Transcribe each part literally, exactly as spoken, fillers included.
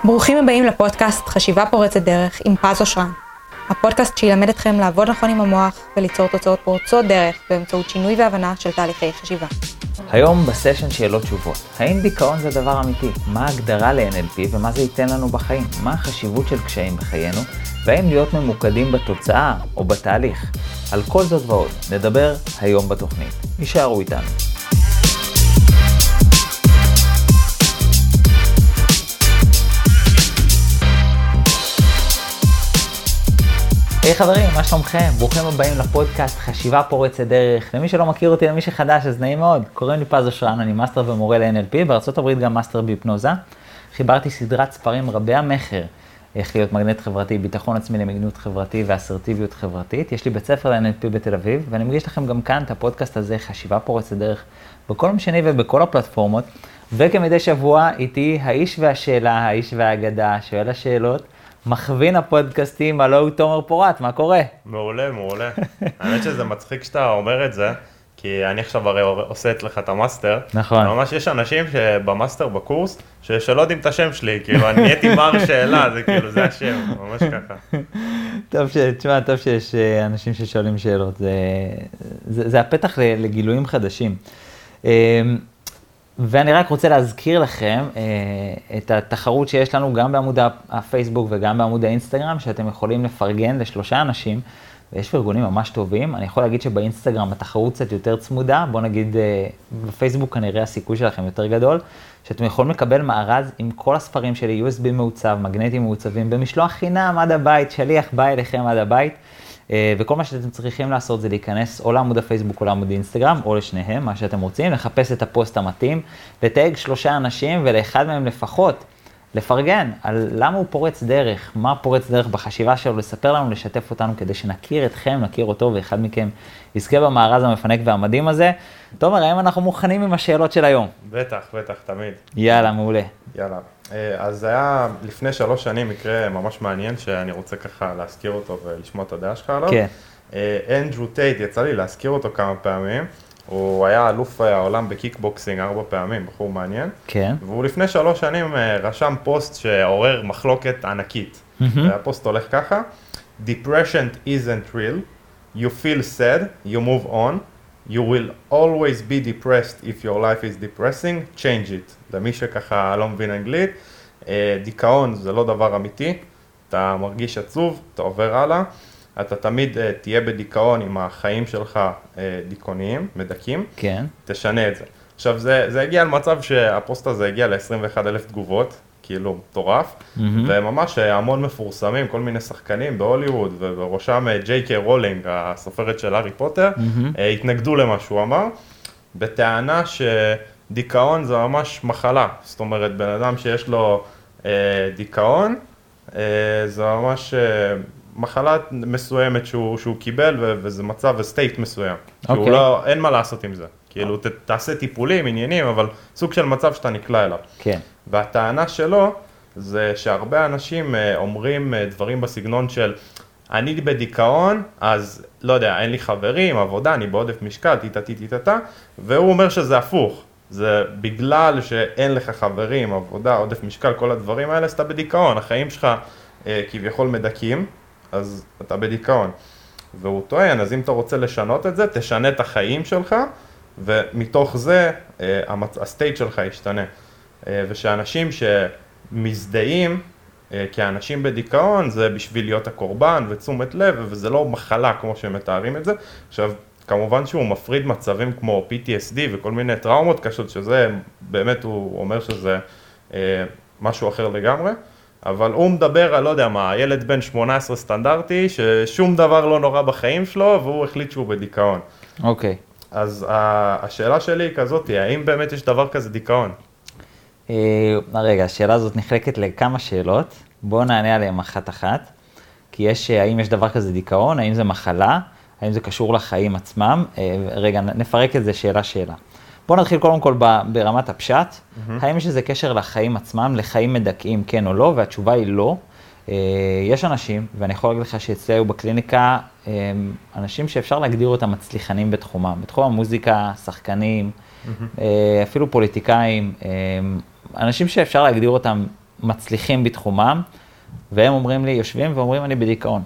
ברוכים הבאים לפודקאסט חשיבה פורצת דרך עם פז אושרן. הפודקאסט שילמד אתכם לעבוד נכון עם המוח וליצור תוצאות פורצות דרך באמצעות שינוי והבנה של תהליכי חשיבה. היום בסשן שאלות תשובות. האם דיכאון זה דבר אמיתי? מה ההגדרה ל-אן אל פי ומה זה ייתן לנו בחיים? מה החשיבות של קשיים בחיינו? והאם להיות ממוקדים בתוצאה או בתהליך? על כל זאת ועוד נדבר היום בתוכנית. יישארו איתנו. היי hey, חברים, מה שלומכם? ברוכים הבאים לפודקאסט חשיבה פורצת דרך. למי שלא מכיר אותי, למי שחדש, אז נעים מאוד. קוראים לי פז אושרן, אני מאסטר ומורה ל-אן אל פי, בארצות הברית גם מאסטר בהיפנוזה. חיברתי סדרת ספרים רבי המחר, איך להיות מגנט חברתי, ביטחון עצמי למגנות חברתי ואסרטיביות חברתית. יש לי בית ספר ל-אן אל פי בתל אביב, ואני מגיש לכם גם כאן את הפודקאסט הזה, חשיבה פורצת דרך, בכל משני ובכל הפלטפורמות. וכמדי שבוע איתי האיש והשאלה, האיש והאגדה, שואל השאלות, מכווין הפודקאסטים, הלא הוא תומר פורט, מה קורה? מעולה, מעולה. האמת שזה מצחיק שאתה אומר את זה, כי אני עכשיו הרי עושה אצלך את המאסטר. נכון. ממש יש אנשים שבמאסטר בקורס, שלא יודעים את השם שלי, כאילו אני נהייתי מר שאלה, זה כאילו, זה השם, ממש ככה. טוב, תשמע, טוב שיש אנשים ששואלים שאלות, זה, זה, זה הפתח לגילויים חדשים. ואני רק רוצה להזכיר לכם אה, את התחרות שיש לנו גם בעמוד הפייסבוק וגם בעמוד האינסטגרם, שאתם יכולים לפרגן לשלושה אנשים, ויש פרגונים ממש טובים. אני יכול להגיד שבאינסטגרם התחרות קצת יותר צמודה, בוא נגיד אה, בפייסבוק כנראה הסיכוי שלכם יותר גדול, שאתם יכולים לקבל מארז עם כל הספרים שלי, יו אס בי מעוצב, מגנטים מעוצבים, במשלוח חינם עד הבית, שליח בא אליכם עד הבית, וכל מה שאתם צריכים לעשות זה להיכנס או לעמוד הפייסבוק או לעמוד האינסטגרם, או לשניהם, מה שאתם רוצים, לחפש את הפוסט המתאים, לתייג שלושה אנשים ולאחד מהם לפחות לפרגן על למה הוא פורץ דרך, מה פורץ דרך בחשיבה שלו, לספר לנו, לשתף אותנו כדי שנכיר אתכם, נכיר אותו, ואחד מכם יזכה במארז המפנק והמדהים הזה. תומר, האם אנחנו מוכנים עם השאלות של היום? בטח, בטח, תמיד. יאללה, מעולה. יאללה. אז זה היה לפני שלוש שנים מקרה ממש מעניין, שאני רוצה ככה להזכיר אותו ולשמוע את הדעה שלך עליו. כן. אנדרו טייט, יצא לי להזכיר אותו כמה פעמים. הוא היה אלוף העולם בקיקבוקסינג ארבע פעמים, בחור מעניין. כן. והוא לפני שלוש שנים רשם פוסט שעורר מחלוקת ענקית. והפוסט הולך ככה: Depression isn't real. You feel sad, you move on. You will always be depressed if your life is depressing. Change it. למי שככה לא מבין אנגלית, דיכאון זה לא דבר אמיתי. אתה מרגיש עצוב, אתה עובר הלאה. אתה תמיד תהיה בדיכאון עם החיים שלך דיכאוניים, מדכים. כן. תשנה את זה. עכשיו, זה, זה הגיע למצב שהפוסט הזה הגיע ל-עשרים ואחת אלף תגובות, כאילו מטורף, mm-hmm. וממש המון מפורסמים, כל מיני שחקנים בהוליווד, ובראשם ג'יי קיי רולינג, הסופרת של הארי פוטר, mm-hmm. התנגדו למה שהוא אמר, בטענה שדיכאון זה ממש מחלה. זאת אומרת, בן אדם שיש לו אה, דיכאון, אה, זה ממש אה, מחלה מסוימת שהוא, שהוא קיבל, ו- וזה מצב וסטייט מסוים. Okay. שהוא לא, אין מה לעשות עם זה. כאילו, ת, תעשה טיפולים, עניינים, אבל סוג של מצב שאתה נקלע אליו. כן. והטענה שלו זה שהרבה אנשים אומרים דברים בסגנון של אני בדיכאון, אז לא יודע, אין לי חברים, עבודה, אני בעודף משקל, טיטה טיטה טיטה, והוא אומר שזה הפוך. זה בגלל שאין לך חברים, עבודה, עודף משקל, כל הדברים האלה, אז אתה בדיכאון. החיים שלך אה, כביכול מדכים, אז אתה בדיכאון. והוא טוען, אז אם אתה רוצה לשנות את זה, תשנה את החיים שלך, ומתוך זה הסטייט שלך ישתנה. ושאנשים שמזדהים כאנשים בדיכאון, זה בשביל להיות הקורבן ותשומת לב, וזה לא מחלה כמו שהם מתארים את זה. עכשיו, כמובן שהוא מפריד מצבים כמו פי טי אס די וכל מיני טראומות קשות, שזה באמת, הוא אומר שזה משהו אחר לגמרי. אבל הוא מדבר על, לא יודע מה, ילד בן שמונה עשרה סטנדרטי, ששום דבר לא נורא בחיים שלו, והוא החליט שהוא בדיכאון. אוקיי. אז השאלה שלי היא כזאת, האם באמת יש דבר כזה דיכאון? רגע, השאלה הזאת נחלקת לכמה שאלות, בואו נענה עליהם אחת אחת, כי יש, האם יש דבר כזה דיכאון, האם זה מחלה, האם זה קשור לחיים עצמם, רגע, נפרק את זה שאלה שאלה. בואו נתחיל קודם כל ברמת הפשט, mm-hmm. האם יש איזה קשר לחיים עצמם, לחיים מדכאים, כן או לא, והתשובה היא לא. יש אנשים, ואני יכול להגיד לך שאצלי היו בקליניקה, אנשים שאפשר להגדיר אותם מצליחנים בתחומם, בתחום המוזיקה, שחקנים, mm-hmm. אפילו פוליטיקאים, אנשים שאפשר להגדיר אותם מצליחים בתחומם, והם אומרים לי, יושבים ואומרים, אני בדיכאון.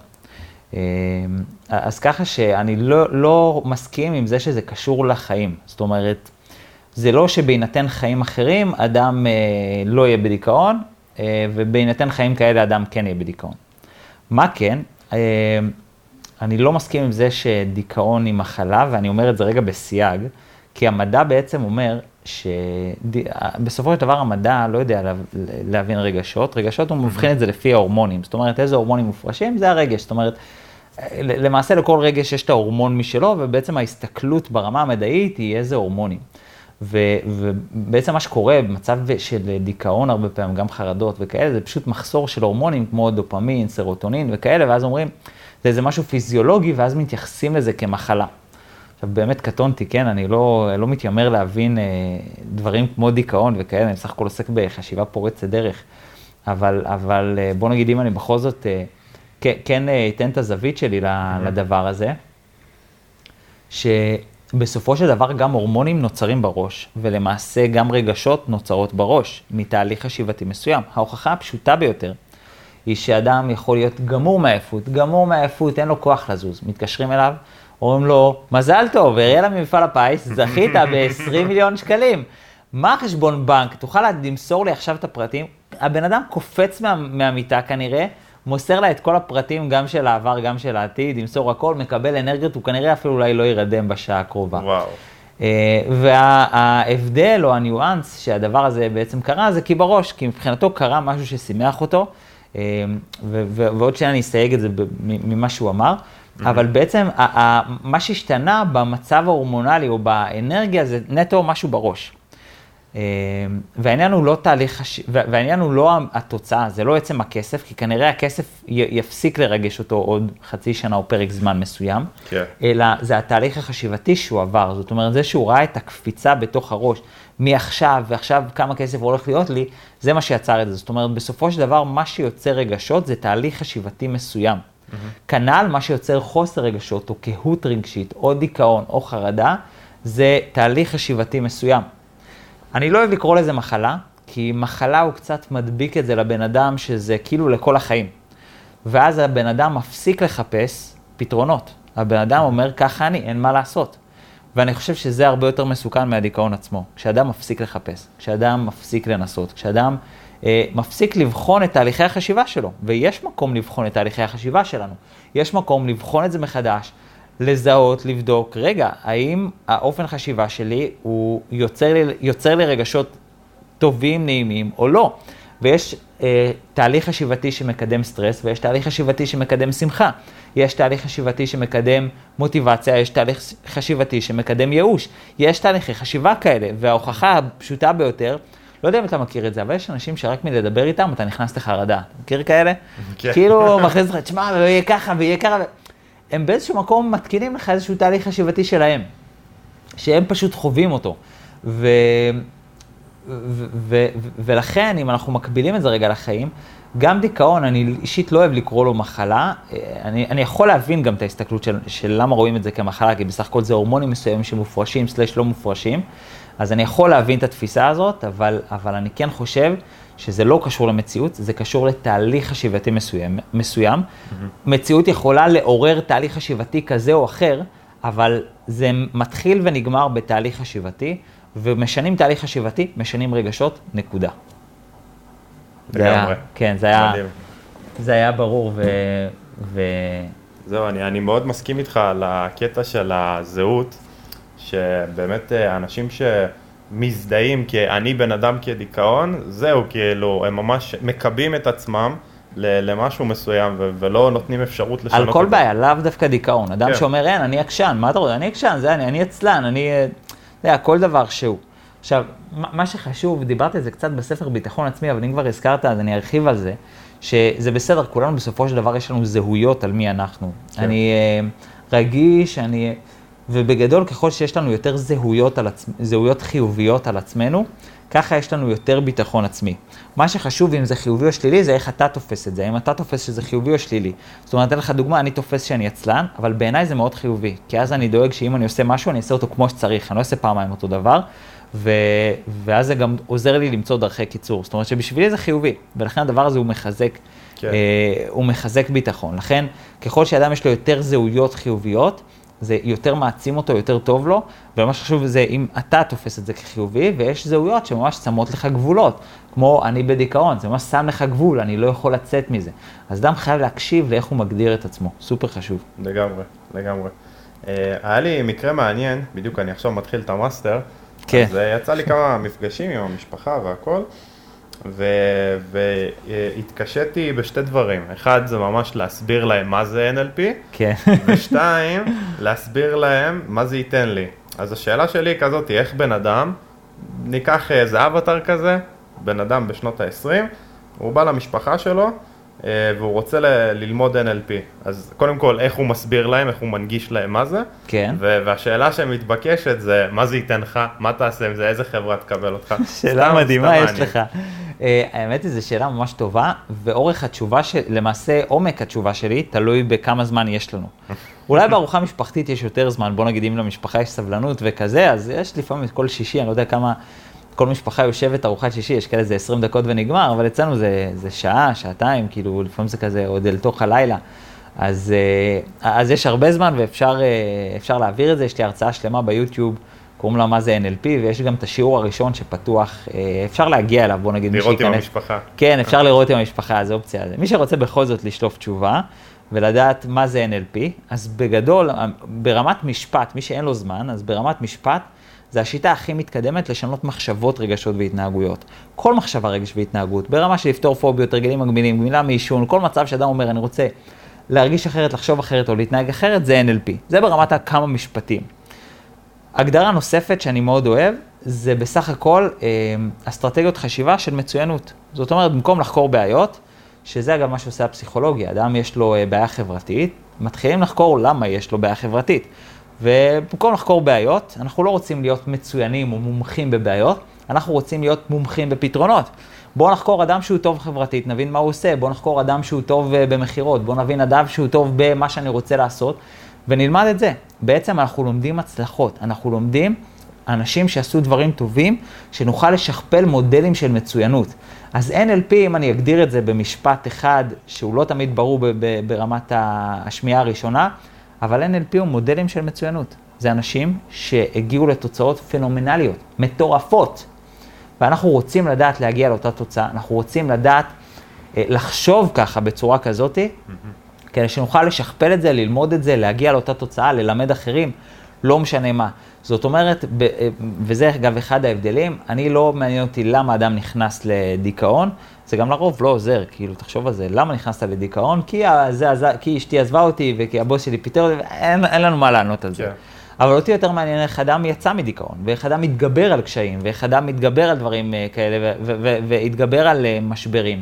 אז ככה שאני לא, לא מסכים עם זה שזה קשור לחיים. זאת אומרת, זה לא שבהינתן חיים אחרים, אדם לא יהיה בדיכאון, ובהינתן חיים כאלה, אדם כן יהיה בדיכאון. מה כן? אני לא מסכים עם זה שדיכאון היא מחלה, ואני אומר את זה רגע בסייג, כי המדע בעצם אומר שבסופו של דבר המדע לא יודע להבין רגשות, רגשות הוא מבחין את זה לפי ההורמונים, זאת אומרת איזה הורמונים מופרשים, זה הרגש, זאת אומרת, למעשה לכל רגש יש את ההורמון משלו, ובעצם ההסתכלות ברמה המדעית היא איזה הורמונים. ובעצם מה שקורה במצב של דיכאון הרבה פעמים, גם חרדות וכאלה, זה פשוט מחסור של הורמונים כמו דופמין, סרוטונין וכאלה, ואז אומרים, זה איזה משהו פיזיולוגי, ואז מתייחסים לזה כמחלה. עכשיו, באמת קטונתי, כן, אני לא, לא מתיימר להבין אה, דברים כמו דיכאון וכאלה, אני בסך הכל עוסק בחשיבה פורצת דרך, אבל, אבל אה, בוא נגיד, אם אני בכל זאת, אה, כן, כן אה, אתן את הזווית שלי לדבר הזה, שבסופו של דבר גם הורמונים נוצרים בראש, ולמעשה גם רגשות נוצרות בראש, מתהליך חשיבתי מסוים. ההוכחה הפשוטה ביותר, היא שאדם יכול להיות גמור מעייפות, גמור מעייפות, אין לו כוח לזוז, מתקשרים אליו, אומרים לו, מזל טוב, הראה לה ממפעל הפיס, זכית ב-עשרים מיליון שקלים. מה החשבון בנק? תוכל למסור לי עכשיו את הפרטים? הבן אדם קופץ מה, מהמיטה כנראה, מוסר לה את כל הפרטים, גם של העבר, גם של העתיד, ימסור הכל, מקבל אנרגיות, הוא כנראה אפילו אולי לא ירדם בשעה הקרובה. וואו. וההבדל או הניואנס שהדבר הזה בעצם קרה, זה כי בראש, כי מבחינתו קרה משהו ששימח אותו, ועוד שנייה אני אסייג את זה ממה שהוא אמר, אבל בעצם מה שהשתנה במצב ההורמונלי או באנרגיה זה נטו משהו בראש. והעניין הוא לא תהליך, והעניין הוא לא התוצאה, זה לא עצם הכסף, כי כנראה הכסף יפסיק לרגש אותו עוד חצי שנה או פרק זמן מסוים, אלא זה התהליך החשיבתי שהוא עבר, זאת אומרת זה שהוא ראה את הקפיצה בתוך הראש, מעכשיו ועכשיו כמה כסף הולך להיות לי, זה מה שיצר את זה. זאת אומרת בסופו של דבר מה שיוצר רגשות זה תהליך חשיבתי מסוים. כנ"ל מה שיוצר חוסר רגשות או קהות רגשית או דיכאון או חרדה, זה תהליך חשיבתי מסוים. אני לא אוהב לקרוא לזה מחלה, כי מחלה הוא קצת מדביק את זה לבן אדם שזה כאילו לכל החיים. ואז הבן אדם מפסיק לחפש פתרונות. הבן אדם אומר ככה אני, אין מה לעשות. ואני חושב שזה הרבה יותר מסוכן מהדיכאון עצמו. כשאדם מפסיק לחפש, כשאדם מפסיק לנסות, כשאדם אה, מפסיק לבחון את תהליכי החשיבה שלו. ויש מקום לבחון את תהליכי החשיבה שלנו. יש מקום לבחון את זה מחדש, לזהות, לבדוק, רגע, האם האופן חשיבה שלי הוא יוצר לי, יוצר לי רגשות טובים, נעימים או לא. ויש אה, תהליך חשיבתי שמקדם סטרס, ויש תהליך חשיבתי שמקדם שמחה. יש תהליך חשיבתי שמקדם מוטיבציה, יש תהליך חשיבתי שמקדם ייאוש. יש תהליכי חשיבה כאלה, וההוכחה הפשוטה ביותר, לא יודע אם אתה מכיר את זה, אבל יש אנשים שרק מלדבר איתם, אתה נכנס לחרדה. אתה מכיר כאלה? כן. כאילו מכניס לך, תשמע, ויהיה ככה, ויהיה ככה. הם באיזשהו מקום מתקינים לך איזשהו תהליך חשיבתי שלהם, שהם פשוט חווים אותו. ו... ו- ו- ולכן, אם אנחנו מקבילים את זה רגע לחיים, גם דיכאון, אני אישית לא אוהב לקרוא לו מחלה, אני, אני יכול להבין גם את ההסתכלות של, של למה רואים את זה כמחלה, כי בסך הכל זה הורמונים מסוימים שמופרשים, סלש לא מופרשים, אז אני יכול להבין את התפיסה הזאת, אבל, אבל אני כן חושב שזה לא קשור למציאות, זה קשור לתהליך חשיבתי מסוים. מסוים. Mm-hmm. מציאות יכולה לעורר תהליך חשיבתי כזה או אחר, אבל זה מתחיל ונגמר בתהליך חשיבתי, ומשנים תהליך חשיבתי, משנים רגשות, נקודה. לגמרי. כן, זה היה, זה היה ברור ו... ו... זהו, אני, אני מאוד מסכים איתך על הקטע של הזהות, שבאמת אנשים שמזדהים כאני בן אדם כדיכאון, זהו, כאילו, הם ממש מקבים את עצמם למשהו מסוים, ו- ולא נותנים אפשרות לשנות את זה. על כל בעיה, לאו דווקא דיכאון. אדם כן. שאומר, אין, אני עקשן, מה אתה רואה? אני עקשן, זה אני, אני עצלן, אני... זה היה כל דבר שהוא. עכשיו, מה שחשוב, דיברתי על זה קצת בספר ביטחון עצמי, אבל אם כבר הזכרת, אז אני ארחיב על זה, שזה בסדר, כולנו בסופו של דבר יש לנו זהויות על מי אנחנו. כן. אני uh, רגיש, אני... ובגדול, ככל שיש לנו יותר זהויות, על עצ... זהויות חיוביות על עצמנו, ככה יש לנו יותר ביטחון עצמי. מה שחשוב, אם זה חיובי או שלילי, זה איך אתה תופס את זה. אם אתה תופס שזה חיובי או שלילי. זאת אומרת, אתן לך דוגמה, אני תופס שאני עצלן, אבל בעיניי זה מאוד חיובי. כי אז אני דואג שאם אני עושה משהו, אני אעשה אותו כמו שצריך. אני לא אעשה פעמיים אותו דבר. ו... ואז זה גם עוזר לי למצוא דרכי קיצור. זאת אומרת שבשבילי זה חיובי, ולכן הדבר הזה הוא מחזק, כן. אה, הוא מחזק ביטחון. לכן, ככל שאדם יש לו יותר זהויות חיוביות, זה יותר מעצים אותו, יותר טוב לו, ומה שחשוב זה אם אתה תופס את זה כחיובי, ויש זהויות שממש שמות לך גבולות, כמו אני בדיכאון, זה ממש שם לך גבול, אני לא יכול לצאת מזה. אז אדם חייב להקשיב לאיך הוא מגדיר את עצמו, סופר חשוב. לגמרי, לגמרי. היה לי מקרה מעניין, בדיוק אני עכשיו מתחיל את המאסטר, כן. אז יצא לי כמה מפגשים עם המשפחה והכל, והתקשיתי בשתי דברים. אחד זה ממש להסביר להם מה זה אן אל פי, כן. ושתיים, להסביר להם מה זה ייתן לי. אז השאלה שלי היא כזאת, איך בן אדם, ניקח איזה אבטר כזה, בן אדם בשנות ה-עשרים, הוא בא למשפחה שלו, והוא רוצה ל- ללמוד אן אל פי. אז קודם כל, איך הוא מסביר להם, איך הוא מנגיש להם מה זה. כן. ו- והשאלה שמתבקשת זה, מה זה ייתן לך, מה תעשה עם זה, איזה חברה תקבל אותך. שאלה מדהימה יש לך. האמת היא, זו שאלה ממש טובה, ואורך התשובה, למעשה עומק התשובה שלי, תלוי בכמה זמן יש לנו. אולי בארוחה משפחתית יש יותר זמן, בוא נגיד אם למשפחה יש סבלנות וכזה, אז יש לפעמים כל שישי, אני לא יודע כמה, כל משפחה יושבת ארוחת שישי, יש כאלה זה עשרים דקות ונגמר, אבל אצלנו זה, זה שעה, שעתיים, כאילו לפעמים זה כזה עוד אל תוך הלילה. אז, אז יש הרבה זמן ואפשר אפשר להעביר את זה, יש לי הרצאה שלמה ביוטיוב, קוראים לה מה זה אן אל פי, ויש גם את השיעור הראשון שפתוח, אפשר להגיע אליו, בוא נגיד. לראות עם המשפחה. כן, אפשר לראות עם המשפחה, זו אופציה. מי שרוצה בכל זאת לשלוף תשובה, ולדעת מה זה אן אל פי, אז בגדול, ברמת משפט, מי שאין לו זמן, אז ברמת משפט, זה השיטה הכי מתקדמת לשנות מחשבות, רגשות והתנהגויות. כל מחשבה, רגש והתנהגות, ברמה של לפתור פוביות, רגלים מגבילים, גמילה מעישון, כל מצב שאדם אומר, אני רוצה להרגיש אחרת, לחשוב אחרת או להתנהג אחרת, זה אן אל פי. זה ברמת כמה משפטים. הגדרה נוספת שאני מאוד אוהב, זה בסך הכל אה, אסטרטגיות חשיבה של מצוינות. זאת אומרת, במקום לחקור בעיות, שזה אגב מה שעושה הפסיכולוגיה, אדם יש לו אה, בעיה חברתית, מתחילים לחקור למה יש לו בעיה חברתית. ובמקום לחקור בעיות, אנחנו לא רוצים להיות מצוינים או מומחים בבעיות, אנחנו רוצים להיות מומחים בפתרונות. בואו נחקור אדם שהוא טוב חברתית, נבין מה הוא עושה, בואו נחקור אדם שהוא טוב uh, במחירות, בואו נבין אדם שהוא טוב במה שאני רוצה לעשות, ונלמד את זה. בעצם אנחנו לומדים הצלחות, אנחנו לומדים אנשים שעשו דברים טובים, שנוכל לשכפל מודלים של מצוינות. אז אן אל פי, אם אני אגדיר את זה במשפט אחד, שהוא לא תמיד ברור ב- ב- ברמת השמיעה הראשונה, אבל אן אל פי הוא מודלים של מצוינות. זה אנשים שהגיעו לתוצאות פנומנליות, מטורפות. ואנחנו רוצים לדעת להגיע לאותה תוצאה, אנחנו רוצים לדעת אה, לחשוב ככה בצורה כזאת, mm-hmm. כדי שנוכל לשכפל את זה, ללמוד את זה, להגיע לאותה תוצאה, ללמד אחרים, לא משנה מה. זאת אומרת, ב, וזה אגב אחד ההבדלים, אני לא מעניין אותי למה אדם נכנס לדיכאון, זה גם לרוב לא עוזר, כאילו תחשוב על זה, למה נכנסת לדיכאון? כי, זה, כי אשתי עזבה אותי וכי הבוס שלי פיטר אותי, אין, אין לנו מה לענות על זה. Yeah. אבל אותי יותר מעניין איך אדם יצא מדיכאון, ואיך אדם מתגבר על קשיים, ואיך אדם מתגבר על דברים כאלה, והתגבר על משברים.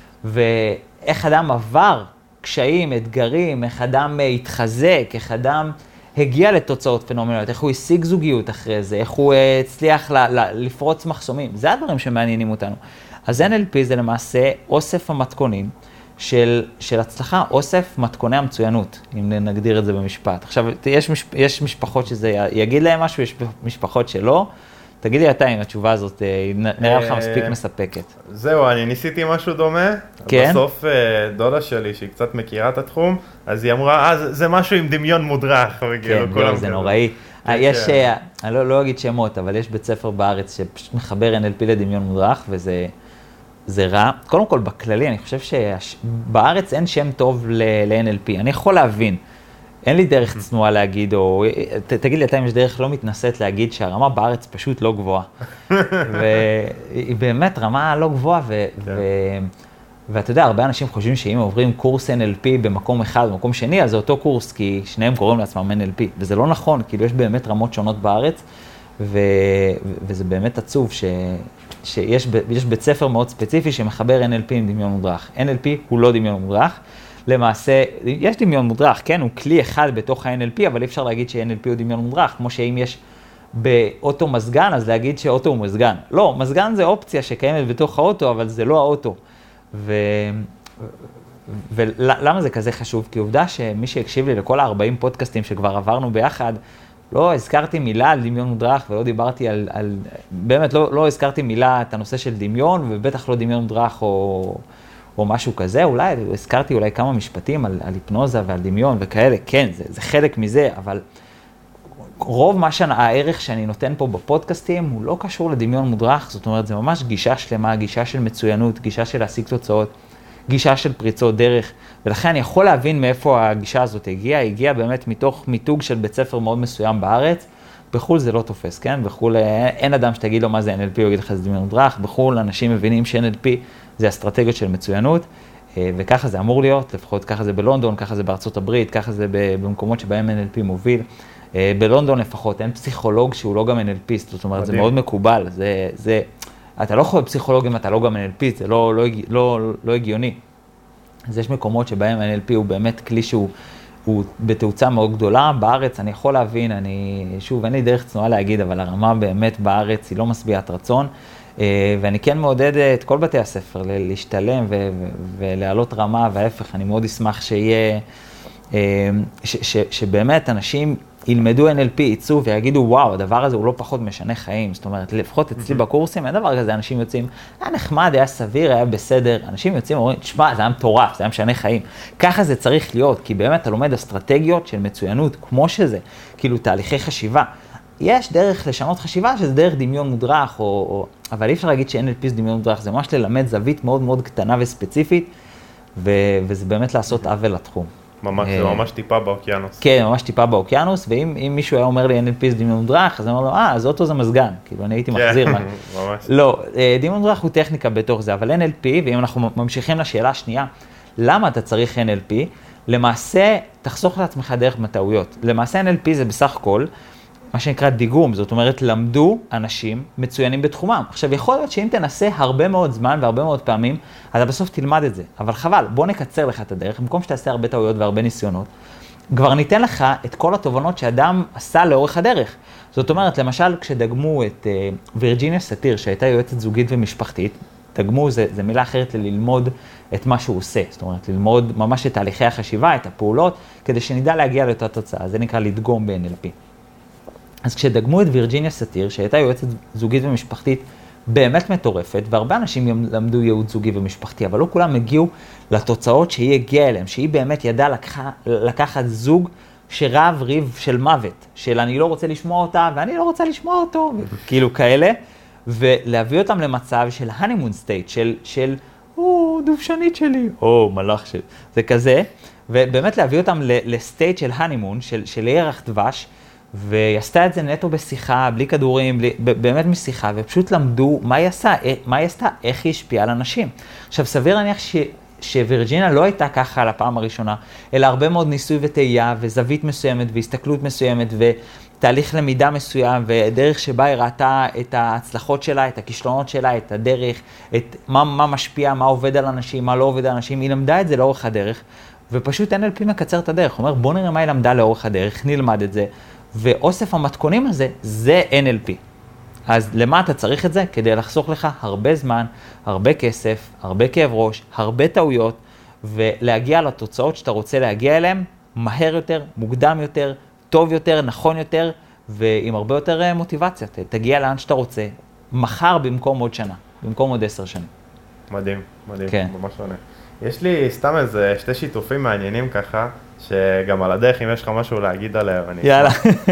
ואיך אדם עבר קשיים, אתגרים, איך אדם התחזק, איך אדם הגיע לתוצאות פנומנליות, איך הוא השיג זוגיות אחרי זה, איך הוא הצליח ל- ל- לפרוץ מחסומים. זה הדברים שמעניינים אותנו. אז אן אל פי זה למעשה אוסף המתכונים של, של הצלחה, אוסף מתכוני המצוינות, אם נגדיר את זה במשפט. עכשיו, יש, משפ, יש משפחות שזה יגיד להם משהו, יש משפחות שלא. תגיד לי אתה אם התשובה הזאת נראה לך מספיק מספקת. זהו, אני ניסיתי משהו דומה. כן? בסוף דודה שלי, שהיא קצת מכירה את התחום, אז היא אמרה, אה, זה משהו עם דמיון מודרך. כן, יו, זה נוראי. יש, אני לא אגיד שמות, אבל יש בית ספר בארץ שפשוט מחבר אן אל פי לדמיון מודרך, וזה זה רע. קודם כל, בכללי, אני חושב שבארץ אין שם טוב ל-אן אל פי. אני יכול להבין. אין לי דרך צנועה להגיד, או ת, תגיד לי, אתה אם יש דרך לא מתנסית להגיד שהרמה בארץ פשוט לא גבוהה. והיא באמת רמה לא גבוהה, ו, ו, ואתה יודע, הרבה אנשים חושבים שאם עוברים קורס אן אל פי במקום אחד, במקום שני, אז זה אותו קורס, כי שניהם קוראים לעצמם אן אל פי. וזה לא נכון, כאילו יש באמת רמות שונות בארץ, ו, וזה באמת עצוב ש, שיש יש בית ספר מאוד ספציפי שמחבר אן אל פי עם דמיון מודרך. אן אל פי הוא לא דמיון מודרך. למעשה, יש דמיון מודרך, כן, הוא כלי אחד בתוך ה-אן אל פי, אבל אי אפשר להגיד ש-אן אל פי הוא דמיון מודרך, כמו שאם יש באוטו מזגן, אז להגיד שאוטו הוא מזגן. לא, מזגן זה אופציה שקיימת בתוך האוטו, אבל זה לא האוטו. ו... ולמה זה כזה חשוב? כי עובדה שמי שהקשיב לי לכל ה-ארבעים פודקאסטים שכבר עברנו ביחד, לא הזכרתי מילה על דמיון מודרך ולא דיברתי על, על באמת לא, לא הזכרתי מילה את הנושא של דמיון, ובטח לא דמיון מודרך או, או משהו כזה, אולי הזכרתי אולי כמה משפטים על, על היפנוזה ועל דמיון וכאלה, כן, זה, זה חלק מזה, אבל רוב מה שהערך שאני נותן פה בפודקאסטים הוא לא קשור לדמיון מודרך, זאת אומרת, זה ממש גישה שלמה, גישה של מצוינות, גישה של להשיג תוצאות, גישה של פריצות דרך, ולכן אני יכול להבין מאיפה הגישה הזאת הגיעה, היא הגיעה באמת מתוך מיתוג של בית ספר מאוד מסוים בארץ, בחול זה לא תופס, כן? בחול אין אדם שתגיד לו מה זה אן אל פי, הוא יגיד לך זה דמיון מודרך, בחול אנשים מבינים ש-אן אל פי זה אסטרטגיות של מצוינות, וככה זה אמור להיות, לפחות ככה זה בלונדון, ככה זה בארצות הברית, ככה זה במקומות שבהם אן אל פי מוביל. בלונדון לפחות אין פסיכולוג שהוא לא גם אן אל פי, זאת אומרת, מדהים. זה מאוד מקובל, זה, זה, אתה לא יכול להיות פסיכולוג אם אתה לא גם אן אל פי, זה לא, לא, לא, לא הגיוני. אז יש מקומות שבהם אן אל פי הוא באמת כלי שהוא הוא בתאוצה מאוד גדולה, בארץ אני יכול להבין, אני, שוב, אין לי דרך צנועה להגיד, אבל הרמה באמת בארץ היא לא משביעת רצון, ואני כן מעודד את כל בתי הספר להשתלם ו- ו- ולהעלות רמה, וההפך, אני מאוד אשמח שיהיה, ש- ש- שבאמת אנשים ילמדו אן אל פי, ייצאו ויגידו, וואו, הדבר הזה הוא לא פחות משנה חיים, זאת אומרת, לפחות אצלי בקורסים, אין דבר כזה, אנשים יוצאים, היה נחמד, היה סביר, היה בסדר, אנשים יוצאים ואומרים, תשמע, זה היה מטורף, זה היה משנה חיים. ככה זה צריך להיות, כי באמת אתה לומד אסטרטגיות של מצוינות, כמו שזה, כאילו תהליכי חשיבה. יש דרך לשנות חשיבה, שזה דרך דמיון מודרך, או, או, אבל אי אפשר להגיד ש-אן אל פי זה דמיון מודרך, זה ממש ללמד זווית מאוד מאוד קטנה וספציפית, ו- וזה באמת לעשות עוול לתחום. ממש, זה ממש טיפה באוקיינוס. כן, ממש טיפה באוקיינוס, ואם אם מישהו היה אומר לי אן אל פי זה דמיון מודרך, אז אני אומר לו, אה, אז אוטו זה מזגן, כאילו אני הייתי מחזיר. ממש. לא, דמיון מודרך הוא טכניקה בתוך זה, אבל אן אל פי, ואם אנחנו ממשיכים לשאלה השנייה, למה אתה צריך אן אל פי? למעשה, תחסוך לעצמך דרך מטעויות. למעשה אן אל פי זה בסך הכל, מה שנקרא דיגום, זאת אומרת, למדו אנשים מצוינים בתחומם. עכשיו, יכול להיות שאם תנסה הרבה מאוד זמן והרבה מאוד פעמים, אתה בסוף תלמד את זה. אבל חבל, בוא נקצר לך את הדרך, במקום שתעשה הרבה טעויות והרבה ניסיונות, כבר ניתן לך את כל התובנות שאדם עשה לאורך הדרך. זאת אומרת, למשל, כשדגמו את uh, וירג'יניה סאטיר, שהייתה יועצת זוגית ומשפחתית, דגמו זה, זה מילה אחרת ללמוד את מה שהוא עושה. זאת אומרת, ללמוד ממש את תהליכי החשיבה, את הפעולות, כדי שנדע להגיע לאותה תוצאה. זה נקרא לדגום ב-אן אל פי. אז כשדגמו את וירג'יניה סאטיר, שהייתה יועצת זוגית ומשפחתית באמת מטורפת, והרבה אנשים למדו ייעוץ זוגי ומשפחתי, אבל לא כולם הגיעו לתוצאות שהיא הגיעה אליהם, שהיא באמת ידעה לקחה, לקחת זוג שרב ריב של מוות, של אני לא רוצה לשמוע אותה ואני לא רוצה לשמוע אותו, כאילו כאלה, ולהביא אותם למצב של honeymoon state, של, של או, דובשנית שלי, או, מלאך שלי, זה כזה, ובאמת להביא אותם לסטייט של honeymoon, של, של ירח דבש, והיא עשתה את זה נטו בשיחה, בלי כדורים, בלי, באמת משיחה, ופשוט למדו מה היא עשה, מה היא עשתה, איך היא השפיעה על אנשים. עכשיו, סביר להניח ש, שווירג'יניה לא הייתה ככה על הפעם הראשונה, אלא הרבה מאוד ניסוי וטעייה, וזווית מסוימת, והסתכלות מסוימת, ותהליך למידה מסוים, ודרך שבה היא ראתה את ההצלחות שלה, את הכישלונות שלה, את הדרך, את מה, מה משפיע, מה עובד על אנשים, מה לא עובד על אנשים, היא למדה את זה לאורך הדרך, ופשוט אן אל פי מקצר את הדרך, הוא אומר, בוא נראה מה היא למדה לאורך הדרך, נלמד את זה, ואוסף המתכונים הזה, זה אן אל פי. אז למה אתה צריך את זה? כדי לחסוך לך הרבה זמן, הרבה כסף, הרבה כאב ראש, הרבה טעויות, ולהגיע לתוצאות שאתה רוצה להגיע אליהן, מהר יותר, מוקדם יותר, טוב יותר, נכון יותר, ועם הרבה יותר מוטיבציה. תגיע לאן שאתה רוצה, מחר במקום עוד שנה, במקום עוד עשר שנים. מדהים, מדהים, כן. ממש עונה. יש לי סתם איזה שתי שיתופים מעניינים ככה, שגם על הדרך, אם יש לך משהו להגיד עליהם, אני... יאללה.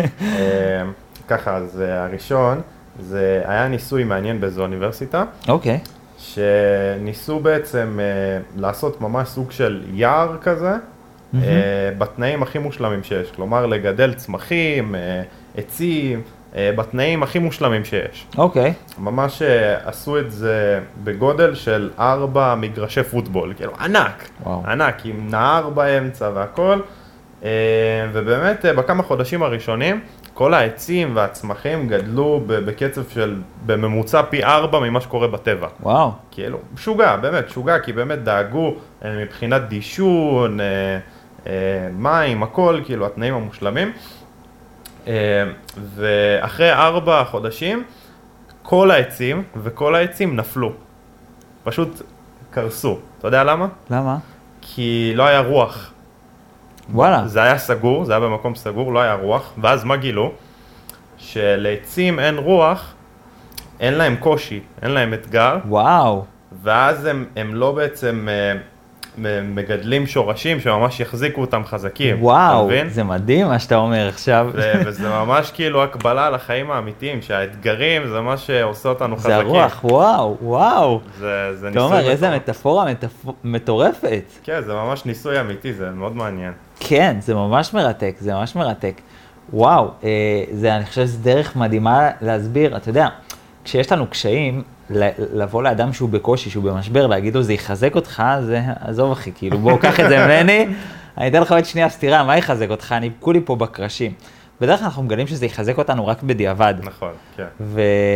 ככה, אז הראשון, זה היה ניסוי מעניין באיזו אוניברסיטה. אוקיי. שניסו בעצם לעשות ממש סוג של יער כזה, בתנאים הכי מושלמים שיש. כלומר, לגדל צמחים, עצים, בתנאים הכי מושלמים שיש. אוקיי. ממש עשו את זה בגודל של ארבע מגרשי פוטבול, כאילו ענק, וואו. ענק, עם נהר באמצע והכל, ובאמת בכמה חודשים הראשונים, כל העצים והצמחים גדלו בקצב של בממוצע פי ארבע ממה שקורה בטבע. וואו. כאילו, משוגע, באמת, משוגע, כי באמת דאגו מבחינת דישון, מים, הכל, כאילו התנאים המושלמים. ואחרי ארבע חודשים, כל העצים וכל העצים נפלו. פשוט קרסו. אתה יודע למה? למה? כי לא היה רוח. וואלה. זה היה סגור, זה היה במקום סגור, לא היה רוח. ואז מה גילו? שלעצים אין רוח, אין להם קושי, אין להם אתגר. וואו. ואז הם, הם לא בעצם מגדלים שורשים שממש יחזיקו אותם חזקים. וואו, זה מדהים מה שאתה אומר עכשיו. ו- וזה ממש כאילו הקבלה לחיים האמיתיים, שהאתגרים זה מה שעושה אותנו חזקים. זה הרוח, וואו, וואו. זה, זה אתה אומר, איזה מטאפורה מטפ... מטורפת. כן, זה ממש ניסוי אמיתי, זה מאוד מעניין. כן, זה ממש מרתק, זה ממש מרתק. וואו, אה, זה, אני חושב שזה דרך מדהימה להסביר, אתה יודע, כשיש לנו קשיים, לבוא לאדם שהוא בקושי, שהוא במשבר, להגיד לו, זה יחזק אותך, זה, עזוב אחי, כאילו, בוא, קח את זה ממני, אני אתן לך עוד שנייה סתירה, מה יחזק אותך? אני כולי פה בקרשים. בדרך כלל אנחנו מגלים שזה יחזק אותנו רק בדיעבד. נכון, כן. ו...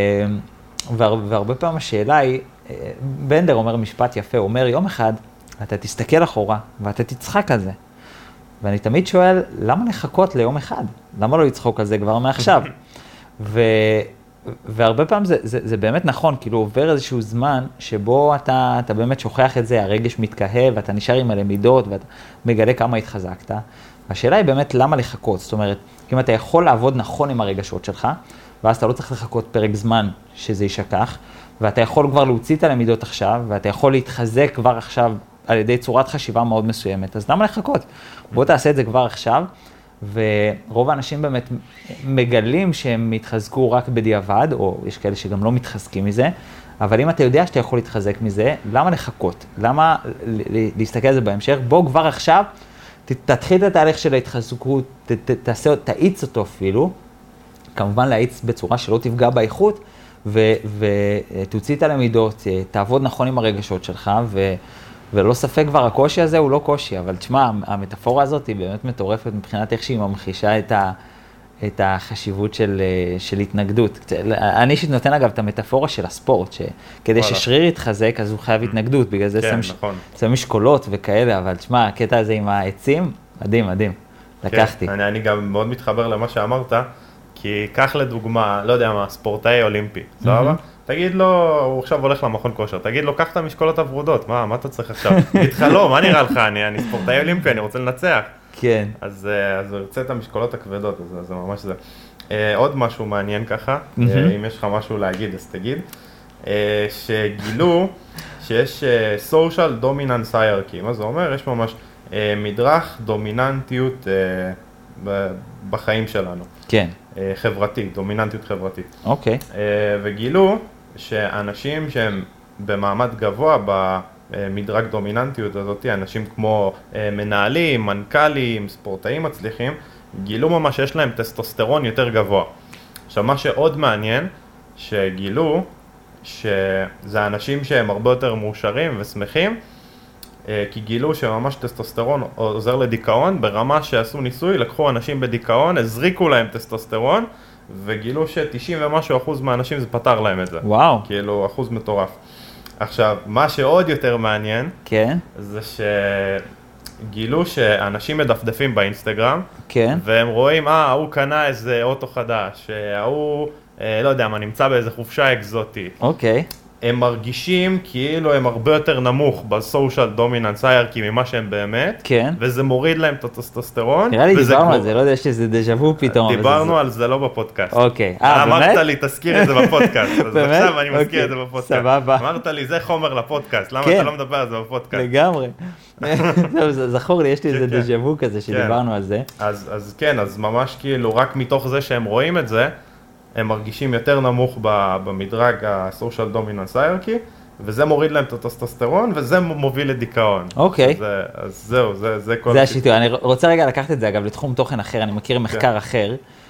והר... והרבה פעמים השאלה היא, בנדר אומר משפט יפה, הוא אומר, יום אחד, אתה תסתכל אחורה, ואתה תצחק על זה. ואני תמיד שואל, למה לחכות ליום אחד? למה לא לצחוק על זה כבר מעכשיו? ו... והרבה פעמים זה, זה, זה באמת נכון, כאילו עובר איזשהו זמן שבו אתה, אתה באמת שוכח את זה, הרגש מתקהה ואתה נשאר עם הלמידות ואתה מגלה כמה התחזקת. השאלה היא באמת למה לחכות, זאת אומרת, אם אתה יכול לעבוד נכון עם הרגשות שלך, ואז אתה לא צריך לחכות פרק זמן שזה יישכח, ואתה יכול כבר להוציא את הלמידות עכשיו, ואתה יכול להתחזק כבר עכשיו על ידי צורת חשיבה מאוד מסוימת, אז למה לחכות? בוא תעשה את זה כבר עכשיו, ורוב האנשים באמת מגלים שהם מתחזקו רק בדיעבד, או יש כאלה שגם לא מתחזקים מזה, אבל אם אתה יודע שאתה יכול להתחזק מזה, למה לחכות? למה להסתכל על זה בהמשך? בוא כבר עכשיו, תתחיל את התהליך של ההתחזקות, תעשה, תאיץ אותו אפילו, כמובן להאיץ בצורה שלא תפגע באיכות, ותוציא את הלמידות, תעבוד נכון עם הרגשות שלך, ו... ולא ספק כבר, הקושי הזה הוא לא קושי, אבל תשמע, המטאפורה הזאת היא באמת מטורפת מבחינת איך שהיא ממחישה את, ה, את החשיבות של, של התנגדות. אני שנותן אגב את המטאפורה של הספורט, שכדי ששריר יתחזק, אז הוא חייב התנגדות, בגלל זה כן, שם, נכון. שם משקולות וכאלה, אבל תשמע, הקטע הזה עם העצים, מדהים, מדהים, לקחתי. כן, אני, אני גם מאוד מתחבר למה שאמרת, כי קח לדוגמה, לא יודע מה, ספורטאי אולימפי, סבבה? תגיד לו, הוא עכשיו הולך למכון כושר, תגיד לו, קח את המשקולות הוורודות, מה, מה אתה צריך עכשיו? תתחלום, מה נראה לך? אני, אני ספורטאי אולימפי, אני רוצה לנצח. כן. אז, אז הוא ירצה את המשקולות הכבדות, אז זה ממש זה. עוד משהו מעניין ככה, אם יש לך משהו להגיד, אז תגיד, שגילו שיש social dominance hierarchy, מה זה אומר? יש ממש מדרך דומיננטיות בחיים שלנו. כן. חברתית, דומיננטיות חברתית. אוקיי. וגילו שאנשים שהם במעמד גבוה במדרג דומיננטיות הזאת, אנשים כמו מנהלים, מנכ"לים, ספורטאים מצליחים, גילו ממש שיש להם טסטוסטרון יותר גבוה. עכשיו, מה שעוד מעניין, שגילו שזה אנשים שהם הרבה יותר מאושרים ושמחים, כי גילו שממש טסטוסטרון עוזר לדיכאון, ברמה שעשו ניסוי, לקחו אנשים בדיכאון, הזריקו להם טסטוסטרון, וגילו ש-תשעים ומשהו אחוז מהאנשים זה פתר להם את זה. וואו. כאילו, אחוז מטורף. עכשיו, מה שעוד יותר מעניין, כן. זה שגילו שאנשים מדפדפים באינסטגרם, כן. והם רואים, אה, הוא קנה איזה אוטו חדש, ההוא, לא יודע מה, נמצא באיזה חופשה אקזוטית. אוקיי. הם מרגישים כאילו הם הרבה יותר נמוך בסושיאל דומיננס הירקי ממה שהם באמת, כן. וזה מוריד להם את הטסטוסטרון. נראה לי דיברנו על זה, לא יודע שזה דז'אבו פתאום. דיברנו על זה לא בפודקאסט. אוקיי, אה, באמת? אמרת לי, תזכיר את זה בפודקאסט, אז עכשיו אני מזכיר את זה בפודקאסט. סבבה. אמרת לי, זה חומר לפודקאסט, למה אתה לא מדבר על זה בפודקאסט? לגמרי. זכור לי, יש לי איזה דז'אבו כזה שדיברנו על זה. אז כן, אז ממש כאילו, רק מתוך זה שהם רואים את זה, הם מרגישים יותר נמוך במדרג ה-social dominance hierarchy, וזה מוריד להם את הטסטוסטרון, וזה מוביל לדיכאון. אוקיי. אז זהו, זה, זה כל... זה השיטור. אני רוצה רגע לקחת את זה, אגב, לתחום תוכן אחר. אני מכיר מחקר אחר,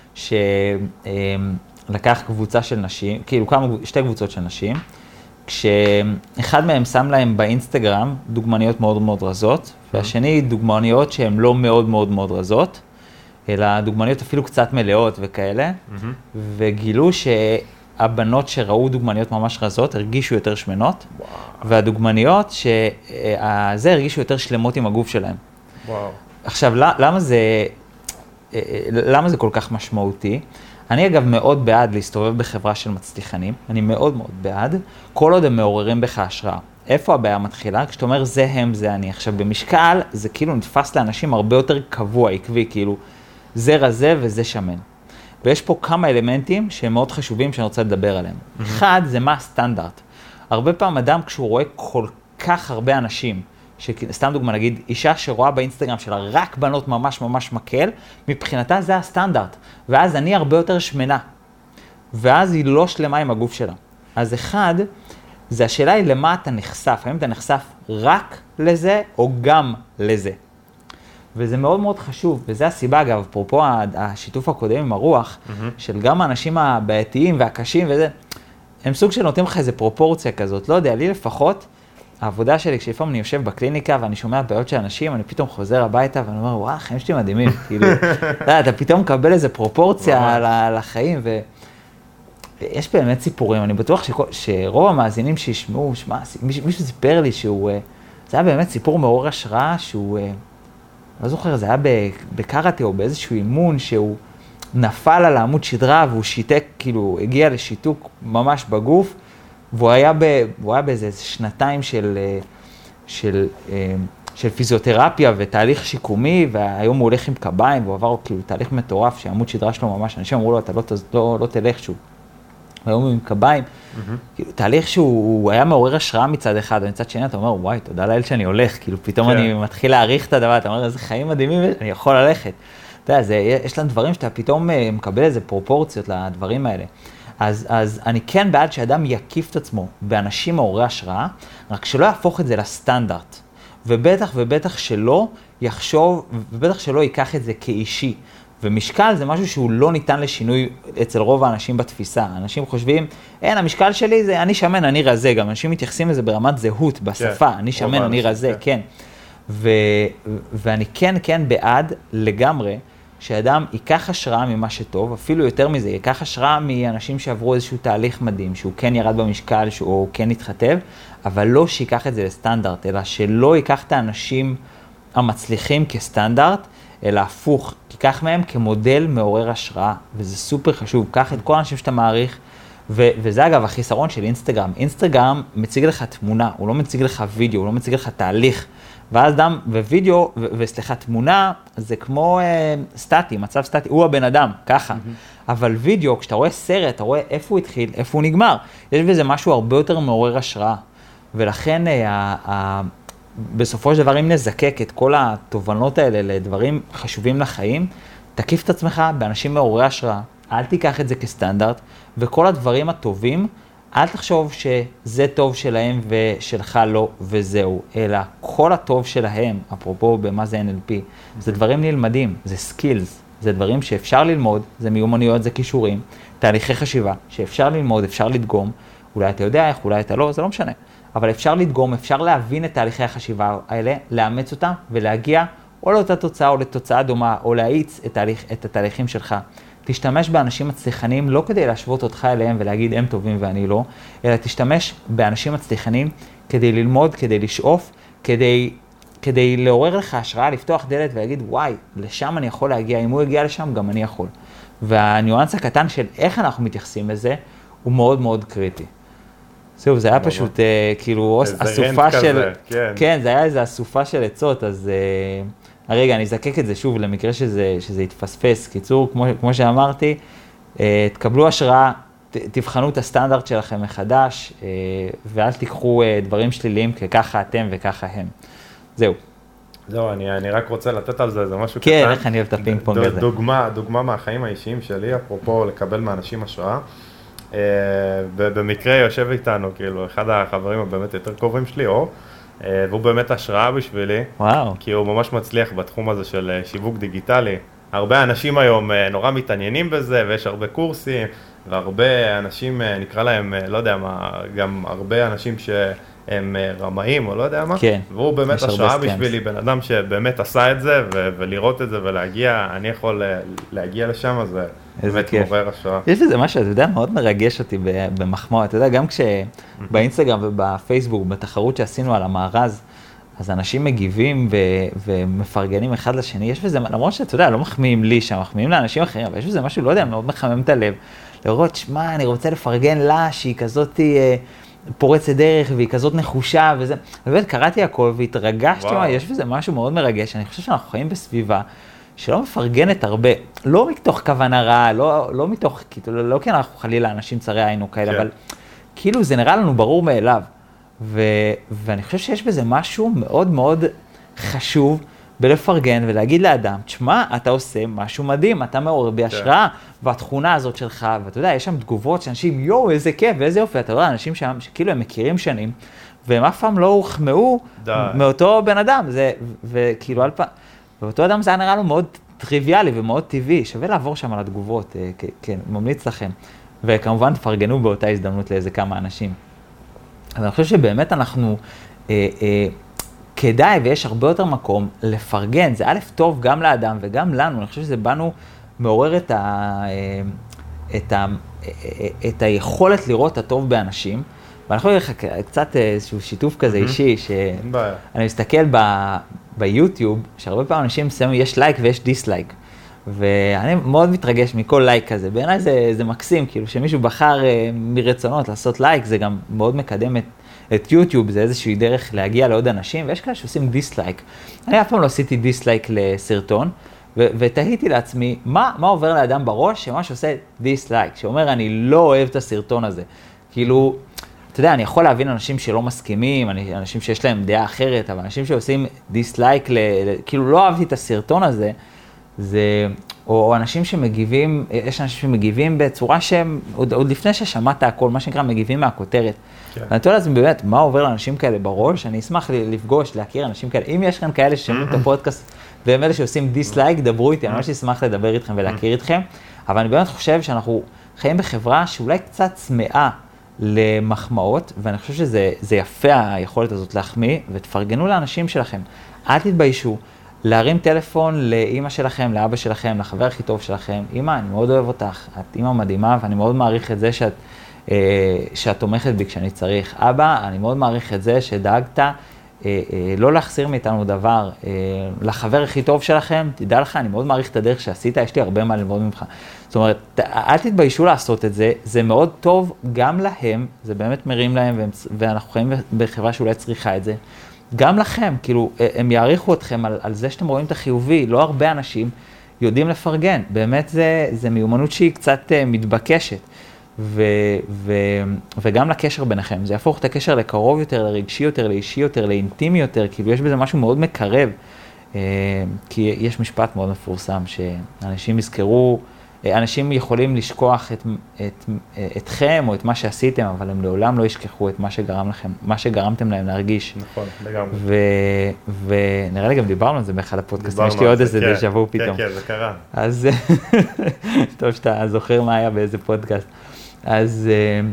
שלקח קבוצה של נשים, כאילו כמה, שתי קבוצות של נשים, כשאחד מהם שם להם באינסטגרם דוגמניות מאוד מאוד רזות, והשני דוגמניות שהן לא מאוד מאוד מאוד רזות, אלא דוגמניות אפילו קצת מלאות וכאלה, mm-hmm. וגילו שהבנות שראו דוגמניות ממש רזות הרגישו יותר שמנות, wow. והדוגמניות שזה הרגישו יותר שלמות עם הגוף שלהם. Wow. עכשיו, למה זה, למה זה כל כך משמעותי? אני אגב מאוד בעד להסתובב בחברה של מצליחנים, אני מאוד מאוד בעד, כל עוד הם מעוררים בך השראה. איפה הבעיה מתחילה? כשאתה אומר זה הם, זה אני. עכשיו, במשקל זה כאילו נתפס לאנשים הרבה יותר קבוע, עקבי, כאילו, זה רזה וזה שמן. ויש פה כמה אלמנטים שהם מאוד חשובים שאני רוצה לדבר עליהם. Mm-hmm. אחד, זה מה הסטנדרט. הרבה פעם אדם כשהוא רואה כל כך הרבה אנשים, שסתם דוגמה נגיד, אישה שרואה באינסטגרם שלה רק בנות ממש ממש מקל, מבחינתה זה הסטנדרט. ואז אני הרבה יותר שמנה. ואז היא לא שלמה עם הגוף שלה. אז אחד, זה השאלה היא למה אתה נחשף. האם אתה נחשף רק לזה או גם לזה. וזה מאוד מאוד חשוב, וזה הסיבה אגב, אפרופו השיתוף הקודם עם הרוח, mm-hmm. של גם האנשים הבעייתיים והקשים וזה, הם סוג של נותנים לך איזה פרופורציה כזאת. לא יודע, לי לפחות, העבודה שלי, כשלפעמים אני יושב בקליניקה ואני שומע בעיות של אנשים, אני פתאום חוזר הביתה ואני אומר, וואו, החיים שלי מדהימים. כאילו, אתה פתאום מקבל איזה פרופורציה לחיים, ויש באמת סיפורים. אני בטוח שרוב המאזינים שישמעו, מישהו סיפר לי שהוא, זה היה באמת סיפור מעורר השראה, שהוא, לא זוכר, זה היה בקראטה או באיזשהו אימון, שהוא נפל על העמוד שדרה והוא שיתק, כאילו, הגיע לשיתוק ממש בגוף, והוא היה, ב, הוא היה באיזה שנתיים של, של, של פיזיותרפיה ותהליך שיקומי, והיום הוא הולך עם קביים, והוא עבר כאילו תהליך מטורף, שהעמוד שדרה שלו ממש, אנשים אמרו לו, אתה לא, לא, לא תלך שוב. והיום הוא עם קביים, mm-hmm. כאילו, תהליך שהוא היה מעורר השראה מצד אחד, ומצד שני אתה אומר, וואי, תודה לאל שאני הולך, כאילו פתאום כן. אני מתחיל להעריך את הדבר, אתה אומר, איזה חיים מדהימים, אני יכול ללכת. אתה יודע, זה, יש להם דברים שאתה פתאום מקבל איזה פרופורציות לדברים האלה. אז, אז אני כן בעד שאדם יקיף את עצמו באנשים מעוררי השראה, רק שלא יהפוך את זה לסטנדרט. ובטח ובטח שלא יחשוב, ובטח שלא ייקח את זה כאישי. ומשקל זה משהו שהוא לא ניתן לשינוי אצל רוב האנשים בתפיסה. אנשים חושבים, אין, המשקל שלי זה אני שמן, אני רזה. גם אנשים מתייחסים לזה ברמת זהות, בשפה, אני שמן, אני רזה, כן. ו, ואני כן, כן בעד לגמרי, שאדם ייקח השראה ממה שטוב, אפילו יותר מזה, ייקח השראה מאנשים שעברו איזשהו תהליך מדהים, שהוא כן ירד במשקל, שהוא כן התחתב, אבל לא שיקח את זה לסטנדרט, אלא שלא ייקח את האנשים המצליחים כסטנדרט, אלא הפוך, תיקח מהם כמודל מעורר השראה, וזה סופר חשוב, קח את כל האנשים שאתה מעריך, ו- וזה אגב החיסרון של אינסטגרם. אינסטגרם מציג לך תמונה, הוא לא מציג לך וידאו, הוא לא מציג לך תהליך, ואז דם, ווידאו, ו- וסליחה, תמונה, זה כמו אה, סטטי, מצב סטטי, הוא הבן אדם, ככה. Mm-hmm. אבל וידאו, כשאתה רואה סרט, אתה רואה איפה הוא התחיל, איפה הוא נגמר. יש בזה משהו הרבה יותר מעורר השראה. ולכן, אה, אה, בסופו של דבר, אם נזקק את כל התובנות האלה לדברים חשובים לחיים, תקיף את עצמך באנשים מעוררי השראה, אל תיקח את זה כסטנדרט, וכל הדברים הטובים, אל תחשוב שזה טוב שלהם ושלך לא וזהו, אלא כל הטוב שלהם, אפרופו במה זה אן אל פי, זה דברים נלמדים, זה סקילס, זה דברים שאפשר ללמוד, זה מיומנויות, זה כישורים, תהליכי חשיבה שאפשר ללמוד, אפשר לדגום, אולי אתה יודע איך, אולי אתה לא, זה לא משנה, אבל אפשר לדגום, אפשר להבין את תהליכי החשיבה האלה, לאמץ אותם ולהגיע או לאותה תוצאה או לתוצאה דומה, או להאיץ את, תהליך, את התהליכים שלך. תשתמש באנשים מצליחנים לא כדי להשוות אותך אליהם ולהגיד הם טובים ואני לא, אלא תשתמש באנשים מצליחנים כדי ללמוד, כדי לשאוף, כדי, כדי לעורר לך השראה, לפתוח דלת ולהגיד וואי, לשם אני יכול להגיע, אם הוא הגיע לשם גם אני יכול. והניואנס הקטן של איך אנחנו מתייחסים לזה הוא מאוד מאוד קריטי. זהו, זה היה פשוט כאילו אסופה של, כן, זה היה איזו אסופה של עצות, אז רגע, אני אזקק את זה שוב למקרה שזה, שזה יתפספס. קיצור, כמו, כמו שאמרתי, תקבלו השראה, תבחנו את הסטנדרט שלכם מחדש, ואל תיקחו דברים שליליים כככה אתם וככה הם. זהו. זהו, אני, אני רק רוצה לתת על זה, זה משהו כן, קטן. כן, איך אני אוהב את הפינג פונג הזה. דוגמה, דוגמה מהחיים האישיים שלי, אפרופו לקבל מאנשים השראה. במקרה יושב איתנו, כאילו, אחד החברים הבאמת יותר קרובים שלי, אור, והוא באמת השראה בשבילי, וואו. כי הוא ממש מצליח בתחום הזה של שיווק דיגיטלי. הרבה אנשים היום נורא מתעניינים בזה, ויש הרבה קורסים, והרבה אנשים, נקרא להם, לא יודע מה, גם הרבה אנשים שהם רמאים, או לא יודע מה, כן. והוא באמת השראה בשבילי, בן אדם שבאמת עשה את זה, ו- ולראות את זה ולהגיע, אני יכול להגיע לשם, אז באמת מעורר השראה. יש לזה משהו, אתה יודע, מאוד מרגש אותי במחמאות, אתה יודע, גם כשבאינסטגרם ובפייסבוק, בתחרות שעשינו על המארז, אז אנשים מגיבים ו- ומפרגנים אחד לשני, יש בזה, למרות שאתה יודע, לא מחמיאים לי שם, מחמיאים לאנשים אחרים, אבל יש בזה משהו, לא יודע, מאוד מחמם את הלב, לראות, שמה, אני רוצה לפרגן לה, שהיא כזאת אה, פורצת דרך, והיא כזאת נחושה, וזה, באמת, קראתי הכל והתרגשתי, מה, יש בזה משהו מאוד מרגש, אני חושב שאנחנו חיים בסביבה, שלא מפרגנת הרבה, לא מתוך כוונה רעה, לא, לא מתוך, כאילו, לא כי אנחנו חלילה אנשים צרי עין או כאלה, כן. אבל כאילו זה נראה לנו ברור מאליו. ו, ואני חושב שיש בזה משהו מאוד מאוד חשוב בלפרגן ולהגיד לאדם, תשמע, אתה עושה משהו מדהים, אתה מעורר בי השראה, והתכונה הזאת שלך, ואתה יודע, יש שם תגובות שאנשים, יואו, איזה כיף ואיזה יופי, אתה יודע, אנשים שם שכאילו הם מכירים שנים, והם אף פעם לא הוחמאו מאותו בן אדם, זה, וכאילו על פעם, ואותו אדם זה היה נראה לו מאוד טריוויאלי ומאוד טבעי, שווה לעבור שם על התגובות, כן, ממליץ לכם, וכמובן תפרגנו באותה הזדמנות לאיזה כמה אנשים. אז אני חושב שבאמת אנחנו, אה, אה, כדאי ויש הרבה יותר מקום לפרגן, זה א' טוב גם לאדם וגם לנו, אני חושב שזה בנו מעורר את, ה, אה, את, ה, אה, את היכולת לראות את הטוב באנשים, ואני יכול להגיד לך קצת איזשהו שיתוף כזה אישי, שאני מסתכל ב, ביוטיוב, שהרבה פעמים אנשים מסוימים יש לייק ויש דיסלייק, ואני מאוד מתרגש מכל לייק כזה, בעיניי זה, זה מקסים, כאילו שמישהו בחר מרצונות לעשות לייק, זה גם מאוד מקדם את, את יוטיוב, זה איזושהי דרך להגיע לעוד אנשים, ויש כאלה שעושים דיסלייק. אני אף פעם לא עשיתי דיסלייק לסרטון, ו- ותהיתי לעצמי, מה, מה עובר לאדם בראש שממש עושה דיסלייק, שאומר אני לא אוהב את הסרטון הזה, כאילו, אתה יודע, אני יכול להבין אנשים שלא מסכימים, אנשים שיש להם דעה אחרת, אבל אנשים שעושים דיסלייק, ל- כאילו לא אהבתי את הסרטון הזה, זה, או אנשים שמגיבים, יש אנשים שמגיבים בצורה שהם, עוד, עוד לפני ששמעת הכל, מה שנקרא, מגיבים מהכותרת. כן. ואני תולה לעצמי באמת, מה עובר לאנשים כאלה בראש? אני אשמח לפגוש, להכיר אנשים כאלה. אם יש כאן כאלה ששמעו את הפודקאסט, והם אלה שעושים דיסלייק, דברו איתי, אני ממש אשמח לדבר איתכם ולהכיר איתכם. אבל אני באמת חושב שאנחנו חיים בחברה שאולי קצת צמאה למחמאות, ואני חושב שזה זה יפה היכולת הזאת להחמיא, ותפרגנו לאנשים שלכם. אל תתביישו. להרים טלפון לאמא שלכם, לאבא שלכם, לחבר הכי טוב שלכם. אמא, אני מאוד אוהב אותך, את אמא מדהימה, ואני מאוד מעריך את זה שאת, אה, שאת תומכת בי כשאני צריך. אבא, אני מאוד מעריך את זה שדאגת אה, אה, לא להחסיר מאיתנו דבר. אה, לחבר הכי טוב שלכם, תדע לך, אני מאוד מעריך את הדרך שעשית, יש לי הרבה מה ללמוד ממך. זאת אומרת, אל תתביישו לעשות את זה, זה מאוד טוב גם להם, זה באמת מרים להם, והם, ואנחנו חיים בחברה שאולי צריכה את זה. גם לכם, כאילו, הם יעריכו אתכם על, על זה שאתם רואים את החיובי, לא הרבה אנשים יודעים לפרגן, באמת זה, זה מיומנות שהיא קצת uh, מתבקשת, ו, ו, וגם לקשר ביניכם, זה יהפוך את הקשר לקרוב יותר, לרגשי יותר, לאישי יותר, לאינטימי יותר, כאילו יש בזה משהו מאוד מקרב, uh, כי יש משפט מאוד מפורסם, שאנשים יזכרו, אנשים יכולים לשכוח את, את, אתכם או את מה שעשיתם, אבל הם לעולם לא ישכחו את מה שגרם לכם, מה שגרמתם להם להרגיש. נכון, לגמרי. ו, ונראה לי גם דיברנו על זה באחד הפודקאסטים, יש לי עוד איזה דז'ה וו פתאום. כן, כן, זה קרה. אז טוב שאתה זוכר מה היה באיזה פודקאסט. אז,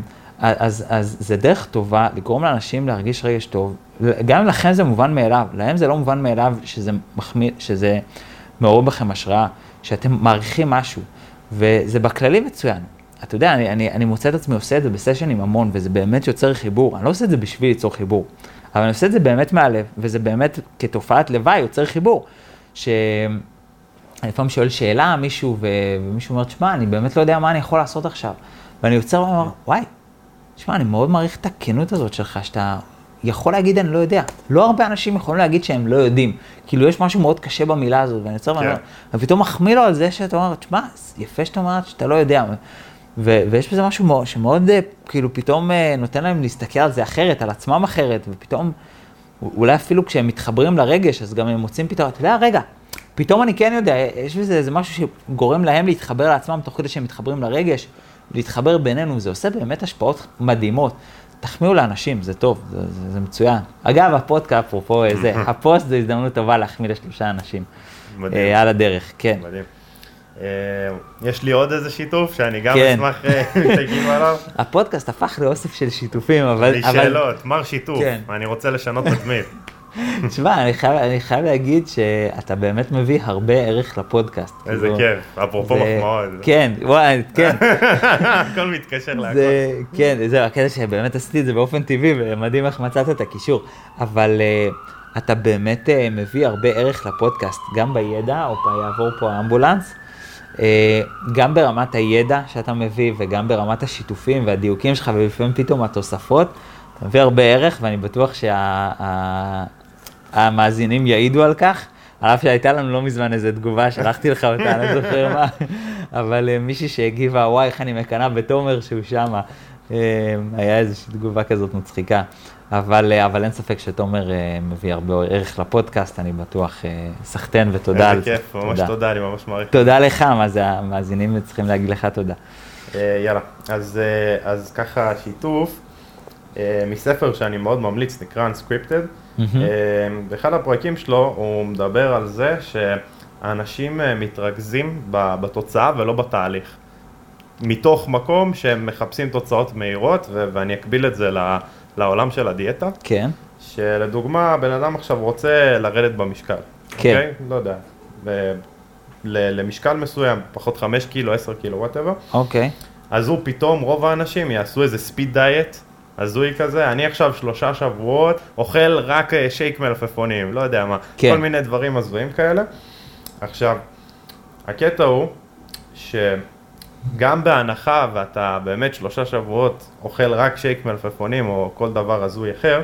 אז, אז זה דרך טובה לגרום לאנשים להרגיש רגש טוב. גם לכם זה מובן מאליו, להם זה לא מובן מאליו שזה מחמיא, שזה מעורר בכם השראה, שאתם מעריכים משהו. וזה בכללי מצוין. אתה יודע, אני, אני, אני מוצא את עצמי עושה את זה בסשנים המון, וזה באמת יוצר חיבור. אני לא עושה את זה בשביל ליצור חיבור, אבל אני עושה את זה באמת מהלב, וזה באמת כתופעת לוואי יוצר חיבור. שאני לפעמים שואל שאלה מישהו, ומישהו אומר, תשמע, אני באמת לא יודע מה אני יכול לעשות עכשיו. ואני יוצר ואומר, וואי, תשמע, אני מאוד מעריך את הכנות הזאת שלך, שאתה יכול להגיד, אני לא יודע. לא הרבה אנשים יכולים להגיד שהם לא יודעים. כאילו, יש משהו מאוד קשה במילה הזאת, ואני יוצר ואומר, ופתאום מחמיא לו על זה שאתה אומר, תשמע, יפה שאתה אומר שאתה לא יודע. ו- ויש בזה משהו שמאוד, כאילו, פתאום נותן להם להסתכל על זה אחרת, על עצמם אחרת, ופתאום, אולי אפילו כשהם מתחברים לרגש, אז גם הם מוצאים פתאום, אתה יודע, רגע, פתאום אני כן יודע, יש בזה איזה משהו שגורם להם להתחבר לעצמם, תוך כדי שהם מתחברים לרגש, להתחבר בינינו, זה עושה באמת השפעות מדהימות. תחמיאו לאנשים, זה טוב, זה, זה, זה מצוין. אגב, הפודקאסט, אפרופו זה, הפוסט זו הזדמנות טובה להחמיא לשלושה אנשים. מדהים. על הדרך, כן. מדהים. יש לי עוד איזה שיתוף שאני גם אשמח שתגידו עליו. הפודקאסט הפך לאוסף של שיתופים, אבל... לי שאלות, מר שיתוף, אני רוצה לשנות את עצמי. תשמע, אני חייב, אני חייב להגיד שאתה באמת מביא הרבה ערך לפודקאסט. איזה כיף, אפרופו מחמאות. כן, וואי, כן. הכל מתקשר להכל. כן, זהו, הקטע שבאמת עשיתי את זה באופן טבעי, ומדהים איך מצאת את הקישור. אבל uh, אתה באמת uh, מביא הרבה ערך לפודקאסט, גם בידע, או יעבור פה האמבולנס, uh, גם ברמת הידע שאתה מביא, וגם ברמת השיתופים והדיוקים שלך, ולפעמים פתאום התוספות, אתה מביא הרבה ערך, ואני בטוח שה... המאזינים יעידו על כך, על אף שהייתה לנו לא מזמן איזו תגובה, שלחתי לך אותה, אני לא זוכר מה, אבל מישהי שהגיבה, וואי, איך אני מקנה בתומר שהוא שמה, היה איזושהי תגובה כזאת מצחיקה. אבל, אבל אין ספק שתומר מביא הרבה ערך לפודקאסט, אני בטוח סחטן ותודה על זה. איזה כיף, ממש תודה, אני ממש מעריך. תודה לך, מה זה, המאזינים צריכים להגיד לך תודה. יאללה, אז, אז ככה שיתוף, מספר שאני מאוד ממליץ, נקרא Unscripted. באחד הפרקים שלו הוא מדבר על זה שהאנשים מתרכזים בתוצאה ולא בתהליך. מתוך מקום שהם מחפשים תוצאות מהירות, ואני אקביל את זה לעולם של הדיאטה. כן. שלדוגמה, בן אדם עכשיו רוצה לרדת במשקל. כן. אוקיי? לא יודע. למשקל מסוים, פחות חמש קילו, עשר קילו, whatever. אוקיי. אז הוא פתאום, רוב האנשים יעשו איזה ספיד דיאט, הזוי כזה, אני עכשיו שלושה שבועות, אוכל רק שייק מלפפונים, לא יודע מה. כן. כל מיני דברים הזויים כאלה. עכשיו, הקטע הוא שגם בהנחה ואתה באמת שלושה שבועות אוכל רק שייק מלפפונים או כל דבר הזוי אחר,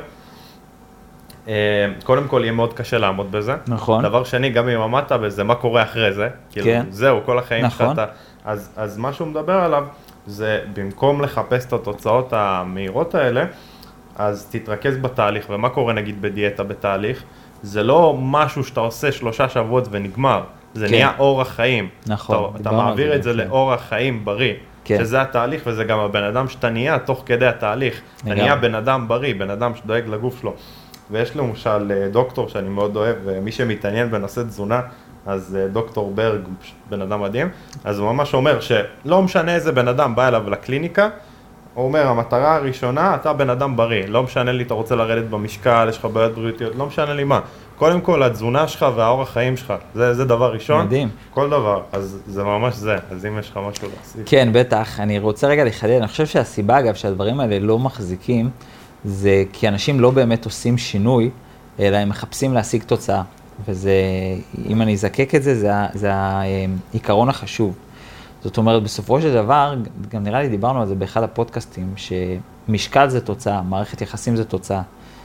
קודם כל יהיה מאוד קשה לעמוד בזה. נכון. דבר שני, גם אם עמדת בזה, מה קורה אחרי זה? כאילו, כן. זהו, כל החיים נכון. שאתה... אז, אז מה שהוא מדבר עליו, זה במקום לחפש את התוצאות המהירות האלה, אז תתרכז בתהליך. ומה קורה נגיד בדיאטה בתהליך? זה לא משהו שאתה עושה שלושה שבועות ונגמר. זה כן. נהיה אורח חיים. נכון. אתה, אתה מעביר את זה כן. לאורח חיים בריא. כן. שזה התהליך, וזה גם הבן אדם שאתה נהיה תוך כדי התהליך. אתה נהיה בן אדם בריא, בן אדם שדואג לגוף שלו. ויש למשל דוקטור שאני מאוד אוהב, ומי שמתעניין בנושא תזונה, אז דוקטור ברג, בן אדם מדהים, אז הוא ממש אומר שלא משנה איזה בן אדם בא אליו לקליניקה, הוא אומר, המטרה הראשונה, אתה בן אדם בריא, לא משנה לי, אתה רוצה לרדת במשקל, יש לך בעיות בריאותיות, לא משנה לי מה. קודם כל, התזונה שלך והאורח חיים שלך, זה, זה דבר ראשון. מדהים. כל דבר, אז זה ממש זה, אז אם יש לך משהו להוסיף. כן, בטח, אני רוצה רגע לחדד, אני חושב שהסיבה, אגב, שהדברים האלה לא מחזיקים, זה כי אנשים לא באמת עושים שינוי, אלא הם מחפשים להשיג תוצאה. וזה, אם אני אזקק את זה, זה, זה העיקרון החשוב. זאת אומרת, בסופו של דבר, גם נראה לי דיברנו על זה באחד הפודקאסטים, שמשקל זה תוצאה, מערכת יחסים זה תוצאה.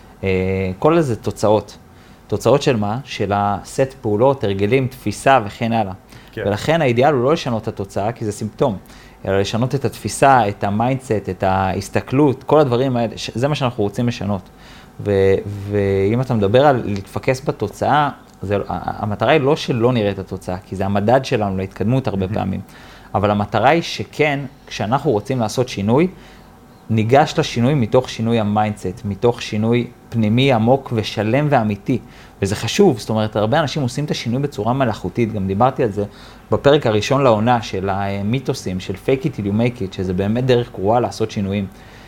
כל זה תוצאות. תוצאות של מה? של הסט פעולות, הרגלים, תפיסה וכן הלאה. כן. ולכן האידיאל הוא לא לשנות את התוצאה, כי זה סימפטום. אלא לשנות את התפיסה, את המיינדסט, את ההסתכלות, כל הדברים האלה, זה מה שאנחנו רוצים לשנות. ו- ואם אתה מדבר על להתפקס בתוצאה, זה, המטרה היא לא שלא נראה את התוצאה, כי זה המדד שלנו להתקדמות הרבה פעמים. אבל המטרה היא שכן, כשאנחנו רוצים לעשות שינוי, ניגש לשינוי מתוך שינוי המיינדסט, מתוך שינוי פנימי עמוק ושלם ואמיתי. וזה חשוב, זאת אומרת, הרבה אנשים עושים את השינוי בצורה מלאכותית, גם דיברתי על זה בפרק הראשון לעונה של המיתוסים, של fake it till you make it, שזה באמת דרך קרואה לעשות שינויים.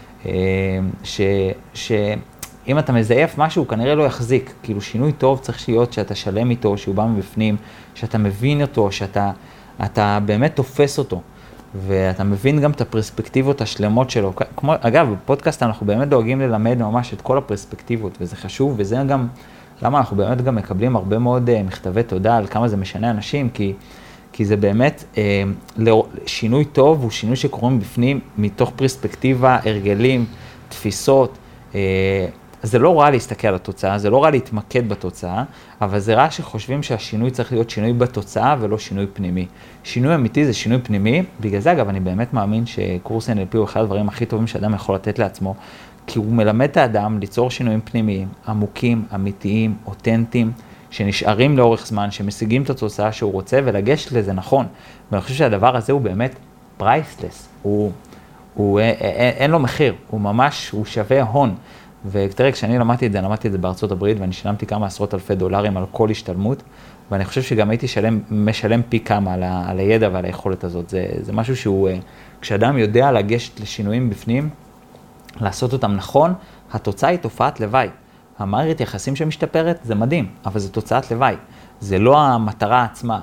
ש... ש... אם אתה מזייף משהו, כנראה לא יחזיק. כאילו שינוי טוב צריך להיות שאתה שלם איתו, שהוא בא מבפנים, שאתה מבין אותו, שאתה אתה באמת תופס אותו. ואתה מבין גם את הפרספקטיבות השלמות שלו. כמו, אגב, בפודקאסט אנחנו באמת דואגים ללמד ממש את כל הפרספקטיבות, וזה חשוב, וזה גם, למה אנחנו באמת גם מקבלים הרבה מאוד uh, מכתבי תודה על כמה זה משנה אנשים, כי, כי זה באמת, uh, לא, שינוי טוב הוא שינוי שקוראים בפנים מתוך פרספקטיבה, הרגלים, תפיסות, uh, זה לא רע להסתכל על התוצאה, זה לא רע להתמקד בתוצאה, אבל זה רע שחושבים שהשינוי צריך להיות שינוי בתוצאה ולא שינוי פנימי. שינוי אמיתי זה שינוי פנימי, בגלל זה אגב אני באמת מאמין שקורס אן אל פי הוא אחד הדברים הכי טובים שאדם יכול לתת לעצמו, כי הוא מלמד את האדם ליצור שינויים פנימיים, עמוקים, אמיתיים, אותנטיים, שנשארים לאורך זמן, שמשיגים את התוצאה שהוא רוצה ולגשת לזה נכון. ואני חושב שהדבר הזה הוא באמת פרייסלס, הוא, הוא, אין, אין לו מחיר, הוא ממש, הוא שווה הון. ותראה, כשאני למדתי את זה, למדתי את זה בארצות הברית, ואני שילמתי כמה עשרות אלפי דולרים על כל השתלמות, ואני חושב שגם הייתי שלם, משלם פי כמה על, ה, על הידע ועל היכולת הזאת. זה, זה משהו שהוא, כשאדם יודע לגשת לשינויים בפנים, לעשות אותם נכון, התוצאה היא תופעת לוואי. המערכת יחסים שמשתפרת, זה מדהים, אבל זה תוצאת לוואי. זה לא המטרה עצמה.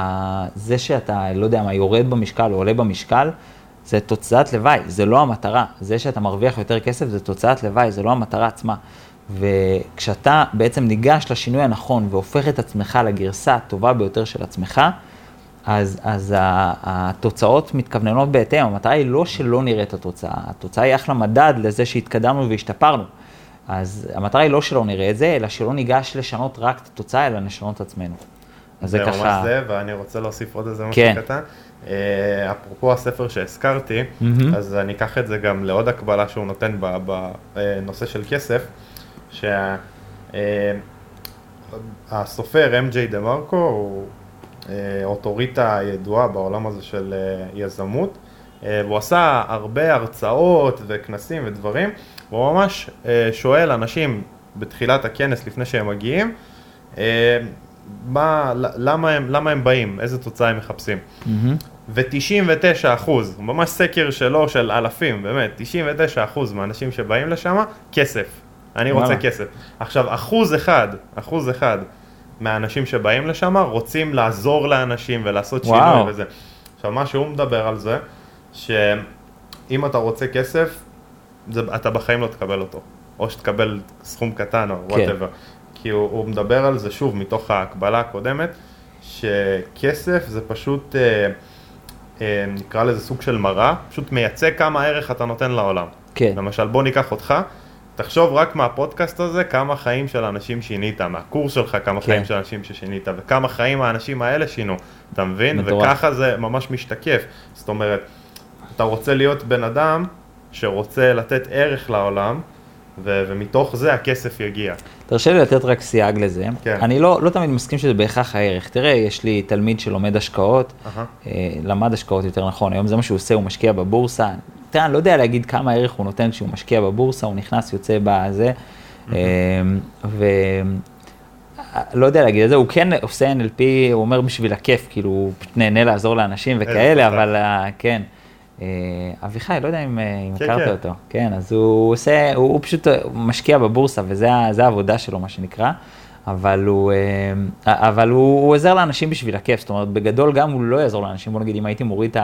זה שאתה, לא יודע מה, יורד במשקל או עולה במשקל, זה תוצאת לוואי, זה לא המטרה. זה שאתה מרוויח יותר כסף, זה תוצאת לוואי, זה לא המטרה עצמה. וכשאתה בעצם ניגש לשינוי הנכון והופך את עצמך לגרסה הטובה ביותר של עצמך, אז, אז התוצאות מתכווננות בהתאם. המטרה היא לא שלא נראה את התוצאה, התוצאה היא אחלה מדד לזה שהתקדמנו והשתפרנו. אז המטרה היא לא שלא נראה את זה, אלא שלא ניגש לשנות רק את התוצאה, אלא לשנות את עצמנו. אז זה, זה ככה... ממש זה, ואני רוצה להוסיף עוד איזה משהו כן. קטן. אפרופו הספר שהזכרתי, Mm-hmm. אז אני אקח את זה גם לעוד הקבלה שהוא נותן בנושא של כסף, שהסופר אם ג'יי דה מרקו הוא אוטוריטה ידועה בעולם הזה של יזמות, והוא עשה הרבה הרצאות וכנסים ודברים, והוא ממש שואל אנשים בתחילת הכנס לפני שהם מגיעים, מה, למה הם, למה הם באים, איזה תוצאה הם מחפשים. Mm-hmm. ו-תשעים ותשעה אחוז, ממש סקר שלו של אלפים, באמת, תשעים ותשעה אחוז מהאנשים שבאים לשם, כסף. אני רוצה כסף. עכשיו, אחוז אחד, אחוז אחד מהאנשים שבאים לשם רוצים לעזור לאנשים ולעשות שינוי וואו. וזה. עכשיו, מה שהוא מדבר על זה, שאם אתה רוצה כסף, זה, אתה בחיים לא תקבל אותו. או שתקבל סכום קטן או whatever. כן. כי הוא, הוא מדבר על זה שוב מתוך ההקבלה הקודמת, שכסף זה פשוט, אה, אה, נקרא לזה סוג של מראה, פשוט מייצא כמה ערך אתה נותן לעולם. כן. למשל, בוא ניקח אותך, תחשוב רק מהפודקאסט הזה כמה חיים של אנשים שינית, מהקורס שלך כמה כן. חיים של אנשים ששינית, וכמה חיים האנשים האלה שינו, אתה מבין? מטורף. וככה זה ממש משתקף. זאת אומרת, אתה רוצה להיות בן אדם שרוצה לתת ערך לעולם, ו- ומתוך זה הכסף יגיע. תרשה לי לתת רק סייג לזה. כן. אני לא, לא תמיד מסכים שזה בהכרח הערך. תראה, יש לי תלמיד שלומד השקעות, uh-huh. למד השקעות יותר נכון, היום זה מה שהוא עושה, הוא משקיע בבורסה. תראה, אני לא יודע להגיד כמה ערך הוא נותן כשהוא משקיע בבורסה, הוא נכנס, יוצא בזה, uh-huh. ולא יודע להגיד את זה, הוא כן עושה אן אל פי, הוא אומר בשביל הכיף, כאילו הוא נהנה לעזור לאנשים וכאלה, אבל כן. אביחי, לא יודע אם הכרת אותו, כן, אז הוא עושה, הוא פשוט משקיע בבורסה, וזה העבודה שלו, מה שנקרא, אבל הוא, אבל הוא עוזר לאנשים בשביל הכיף, זאת אומרת, בגדול גם הוא לא יעזור לאנשים, בוא נגיד, אם הייתי מוריד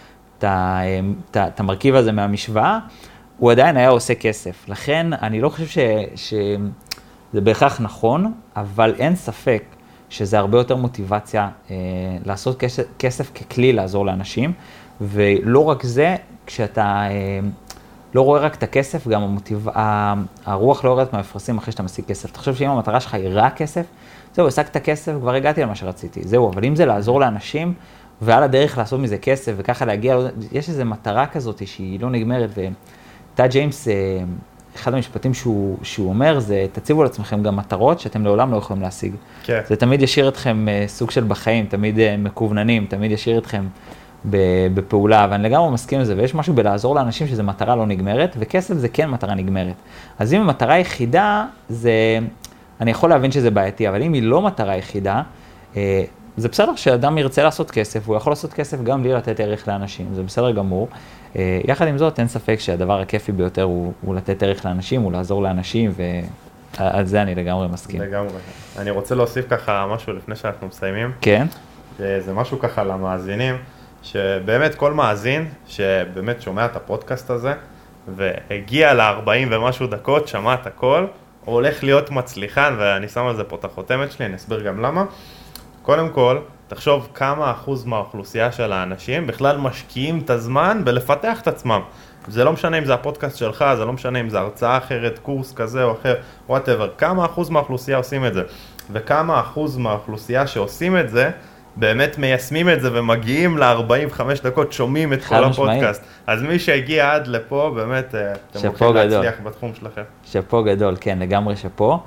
את המרכיב הזה מהמשוואה, הוא עדיין היה עושה כסף, לכן אני לא חושב שזה בהכרח נכון, אבל אין ספק שזה הרבה יותר מוטיבציה לעשות כסף ככלי לעזור לאנשים, ולא רק זה, כשאתה אה, לא רואה רק את הכסף, גם המוטיב... הרוח לא יורדת מהמפרשים אחרי שאתה משיג כסף. אתה חושב שאם המטרה שלך היא רק כסף, זהו, השגת כסף, כבר הגעתי למה שרציתי, זהו, אבל אם זה לעזור לאנשים, ועל הדרך לעשות מזה כסף, וככה להגיע, יש איזו מטרה כזאת שהיא לא נגמרת, וטה ג'יימס, אה, אחד המשפטים שהוא, שהוא אומר, זה תציבו לעצמכם גם מטרות שאתם לעולם לא יכולים להשיג. כן. זה תמיד ישאיר אתכם אה, סוג של בחיים, תמיד אה, מקווננים, תמיד ישאיר אתכם בפעולה, ואני לגמרי מסכים לזה, ויש משהו בלעזור לאנשים שזה מטרה לא נגמרת, וכסף זה כן מטרה נגמרת. אז אם המטרה היחידה, זה, אני יכול להבין שזה בעייתי, אבל אם היא לא מטרה היחידה, זה בסדר שאדם ירצה לעשות כסף, הוא יכול לעשות כסף גם בלי לתת ערך לאנשים, זה בסדר גמור. יחד עם זאת, אין ספק שהדבר הכיפי ביותר הוא, הוא לתת ערך לאנשים, הוא לעזור לאנשים, ועל זה אני לגמרי מסכים. לגמרי. אני רוצה להוסיף ככה משהו לפני שאנחנו מסיימים. כן. זה משהו ככה למאזינים. שבאמת כל מאזין שבאמת שומע את הפודקאסט הזה והגיע ל-ארבעים ומשהו דקות, שמע את הכל, הוא הולך להיות מצליחן, ואני שם על זה פה את החותמת שלי, אני אסביר גם למה. קודם כל, תחשוב כמה אחוז מהאוכלוסייה של האנשים בכלל משקיעים את הזמן בלפתח את עצמם. זה לא משנה אם זה הפודקאסט שלך, זה לא משנה אם זה הרצאה אחרת, קורס כזה או אחר, whatever. כמה אחוז מהאוכלוסייה עושים את זה, וכמה אחוז מהאוכלוסייה שעושים את זה, באמת מיישמים את זה ומגיעים ל-ארבעים וחמש דקות, שומעים את כל הפודקאסט. אז מי שהגיע עד לפה, באמת, אתם הולכים להצליח בתחום שלכם. שפו גדול, כן, לגמרי שפו.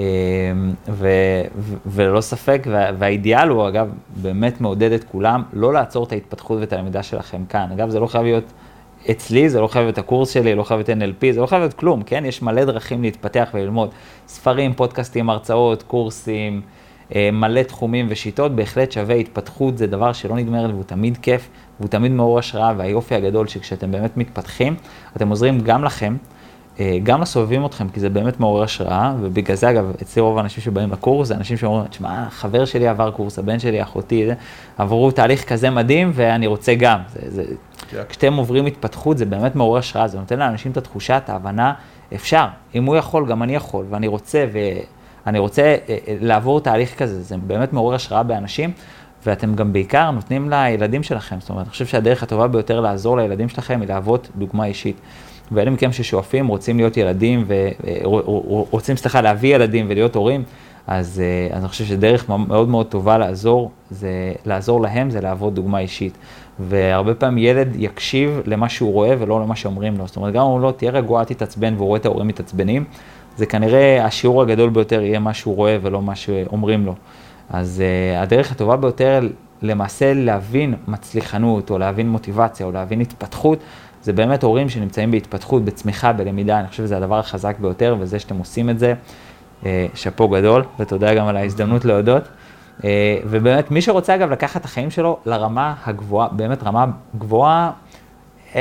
וללא ספק, והאידיאל הוא, אגב, באמת מעודד את כולם, לא לעצור את ההתפתחות ואת הלמידה שלכם כאן. אגב, זה לא חייב להיות אצלי, זה לא חייב להיות הקורס שלי, לא חייב להיות אן אל פי, זה לא חייב להיות כלום, כן? יש מלא דרכים להתפתח וללמוד. ספרים, פודקאסטים, הרצאות, קורסים, מלא תחומים ושיטות, בהחלט שווה התפתחות, זה דבר שלא נגמר, והוא תמיד כיף, והוא תמיד מעורר השראה, והיופי הגדול שכשאתם באמת מתפתחים, אתם עוזרים גם לכם, גם לסובבים אתכם, כי זה באמת מעורר השראה, ובגלל זה, אגב, אצלי רוב האנשים שבאים לקורס, זה אנשים שאומרים, תשמע, חבר שלי עבר קורס, הבן שלי, אחותי, זה, עברו תהליך כזה מדהים, ואני רוצה גם. זה, זה, yeah. כשאתם עוברים התפתחות, זה באמת מעורר השראה, זה נותן לאנשים את התחושה, את ההבנה, אפשר, אם הוא יכול, גם אני יכול, ואני רוצה, ואני רוצה לעבור תהליך כזה, זה באמת מעורר השראה באנשים, ואתם גם בעיקר נותנים לילדים שלכם, זאת אומרת, אני חושב שהדרך הטובה ביותר לעזור לילדים שלכם היא להוות דוגמה אישית. ואלה מכם ששואפים, רוצים להיות ילדים ורוצים, סליחה, להביא ילדים ולהיות הורים, אז, אז אני חושב שדרך מאוד מאוד טובה לעזור, זה, לעזור להם זה לעבוד דוגמה אישית. והרבה פעמים ילד יקשיב למה שהוא רואה ולא למה שאומרים לו. זאת אומרת, גם אומרים לו, תהיה רגוע, תתעצבן, והוא רואה את ההורים מתעצבנים, זה כנראה השיעור הגדול ביותר יהיה מה שהוא רואה ולא מה שאומרים לו. אז uh, הדרך הטובה ביותר למעשה להבין מצליחנות, או להבין מוטיבציה, או להבין התפתחות, זה באמת הורים שנמצאים בהתפתחות, בצמיחה, בלמידה. אני חושב שזה הדבר החזק ביותר, וזה שאתם עושים את זה, uh, שפו גדול, ותודה גם על ההזדמנות להודות. Uh, ובאמת, מי שרוצה אגב לקחת את החיים שלו לרמה הגבוהה, באמת רמה גבוהה, uh, uh,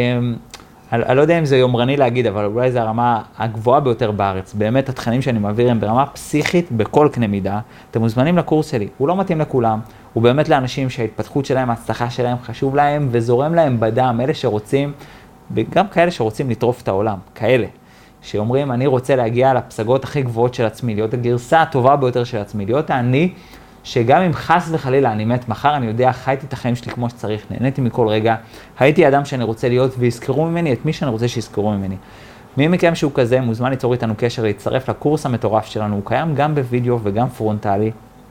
אני לא יודע אם זה יומרני להגיד, אבל אולי זה הרמה הגבוהה ביותר בארץ. באמת התכנים שאני מעביר הם ברמה פסיכית בכל קנה מידה. אתם מוזמנים לקורס שלי, הוא לא מתאים לכולם. הוא באמת לאנשים שההתפתחות שלהם, ההצלחה שלהם חשוב להם וזורם להם בדם. אלה שרוצים, וגם כאלה שרוצים לטרוף את העולם, כאלה. שאומרים, אני רוצה להגיע לפסגות הכי גבוהות של עצמי, להיות הגרסה הטובה ביותר של עצמי, להיות אני, שגם אם חס וחלילה אני מת מחר, אני יודע, חייתי את החיים שלי כמו שצריך, נהניתי מכל רגע, הייתי אדם שאני רוצה להיות ויזכרו ממני את מי שאני רוצה שיזכרו ממני. מי מכם שהוא כזה, מוזמן ליצור איתנו קשר, להצטרף לקורס המטורף שלנו, הוא קיים גם בווידאו וגם פרונטלי,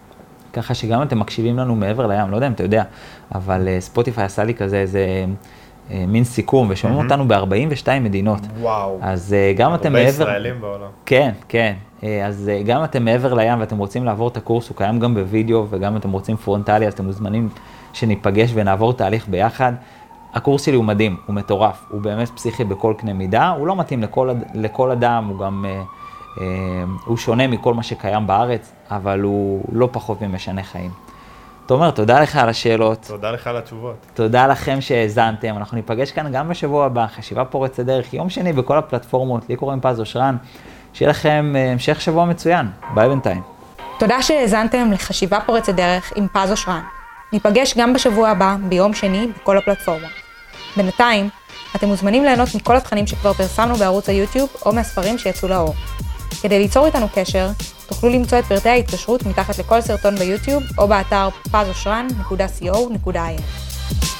ככה שגם אתם מקשיבים לנו מעבר לים, לא יודע אם אתה יודע, אבל ספוטיפיי עשה לי כזה איזה מין סיכום, ושומעים אותנו ב-ארבעים ושתיים מדינות. וואו. אז גם אתם מעבר... הרבה ישראלים בעולם. כן, כן. אז גם אתם מעבר לים ואתם רוצים לעבור את הקורס, הוא קיים גם בווידאו, וגם אתם רוצים פרונטלי, אז אתם מוזמנים שניפגש ונעבור תהליך ביחד. הקורס שלי הוא מדהים, הוא מטורף, הוא באמת פסיכי בכל קנה מידה, הוא לא מתאים לכל, לכל אדם, הוא גם, אה, אה, הוא שונה מכל מה שקיים בארץ, אבל הוא לא פחות ממשנה חיים. תומר, תודה לך על השאלות. תודה לך על התשובות. תודה לכם שהאזנתם, אנחנו ניפגש כאן גם בשבוע הבא, חשיבה פורצת דרך, יום שני בכל הפלטפורמות, לי קוראים פז אושרן, שיהיה לכם המשך שבוע מצוין, ביי בינתיים. תודה שהאזנתם לחשיבה פורצת דרך עם פז אושרן. ניפגש גם בשבוע הבא, ביום שני, בכל הפלטפורמות. בינתיים, אתם מוזמנים ליהנות מכל התכנים שכבר פרסמנו בערוץ היוטיוב או מהספרים שיצאו לאור. כדי ליצור איתנו קשר, תוכלו למצוא את פרטי ההתקשרות מתחת לכל סרטון ביוטיוב או באתר פז אושרן נקודה קו נקודה איי אן.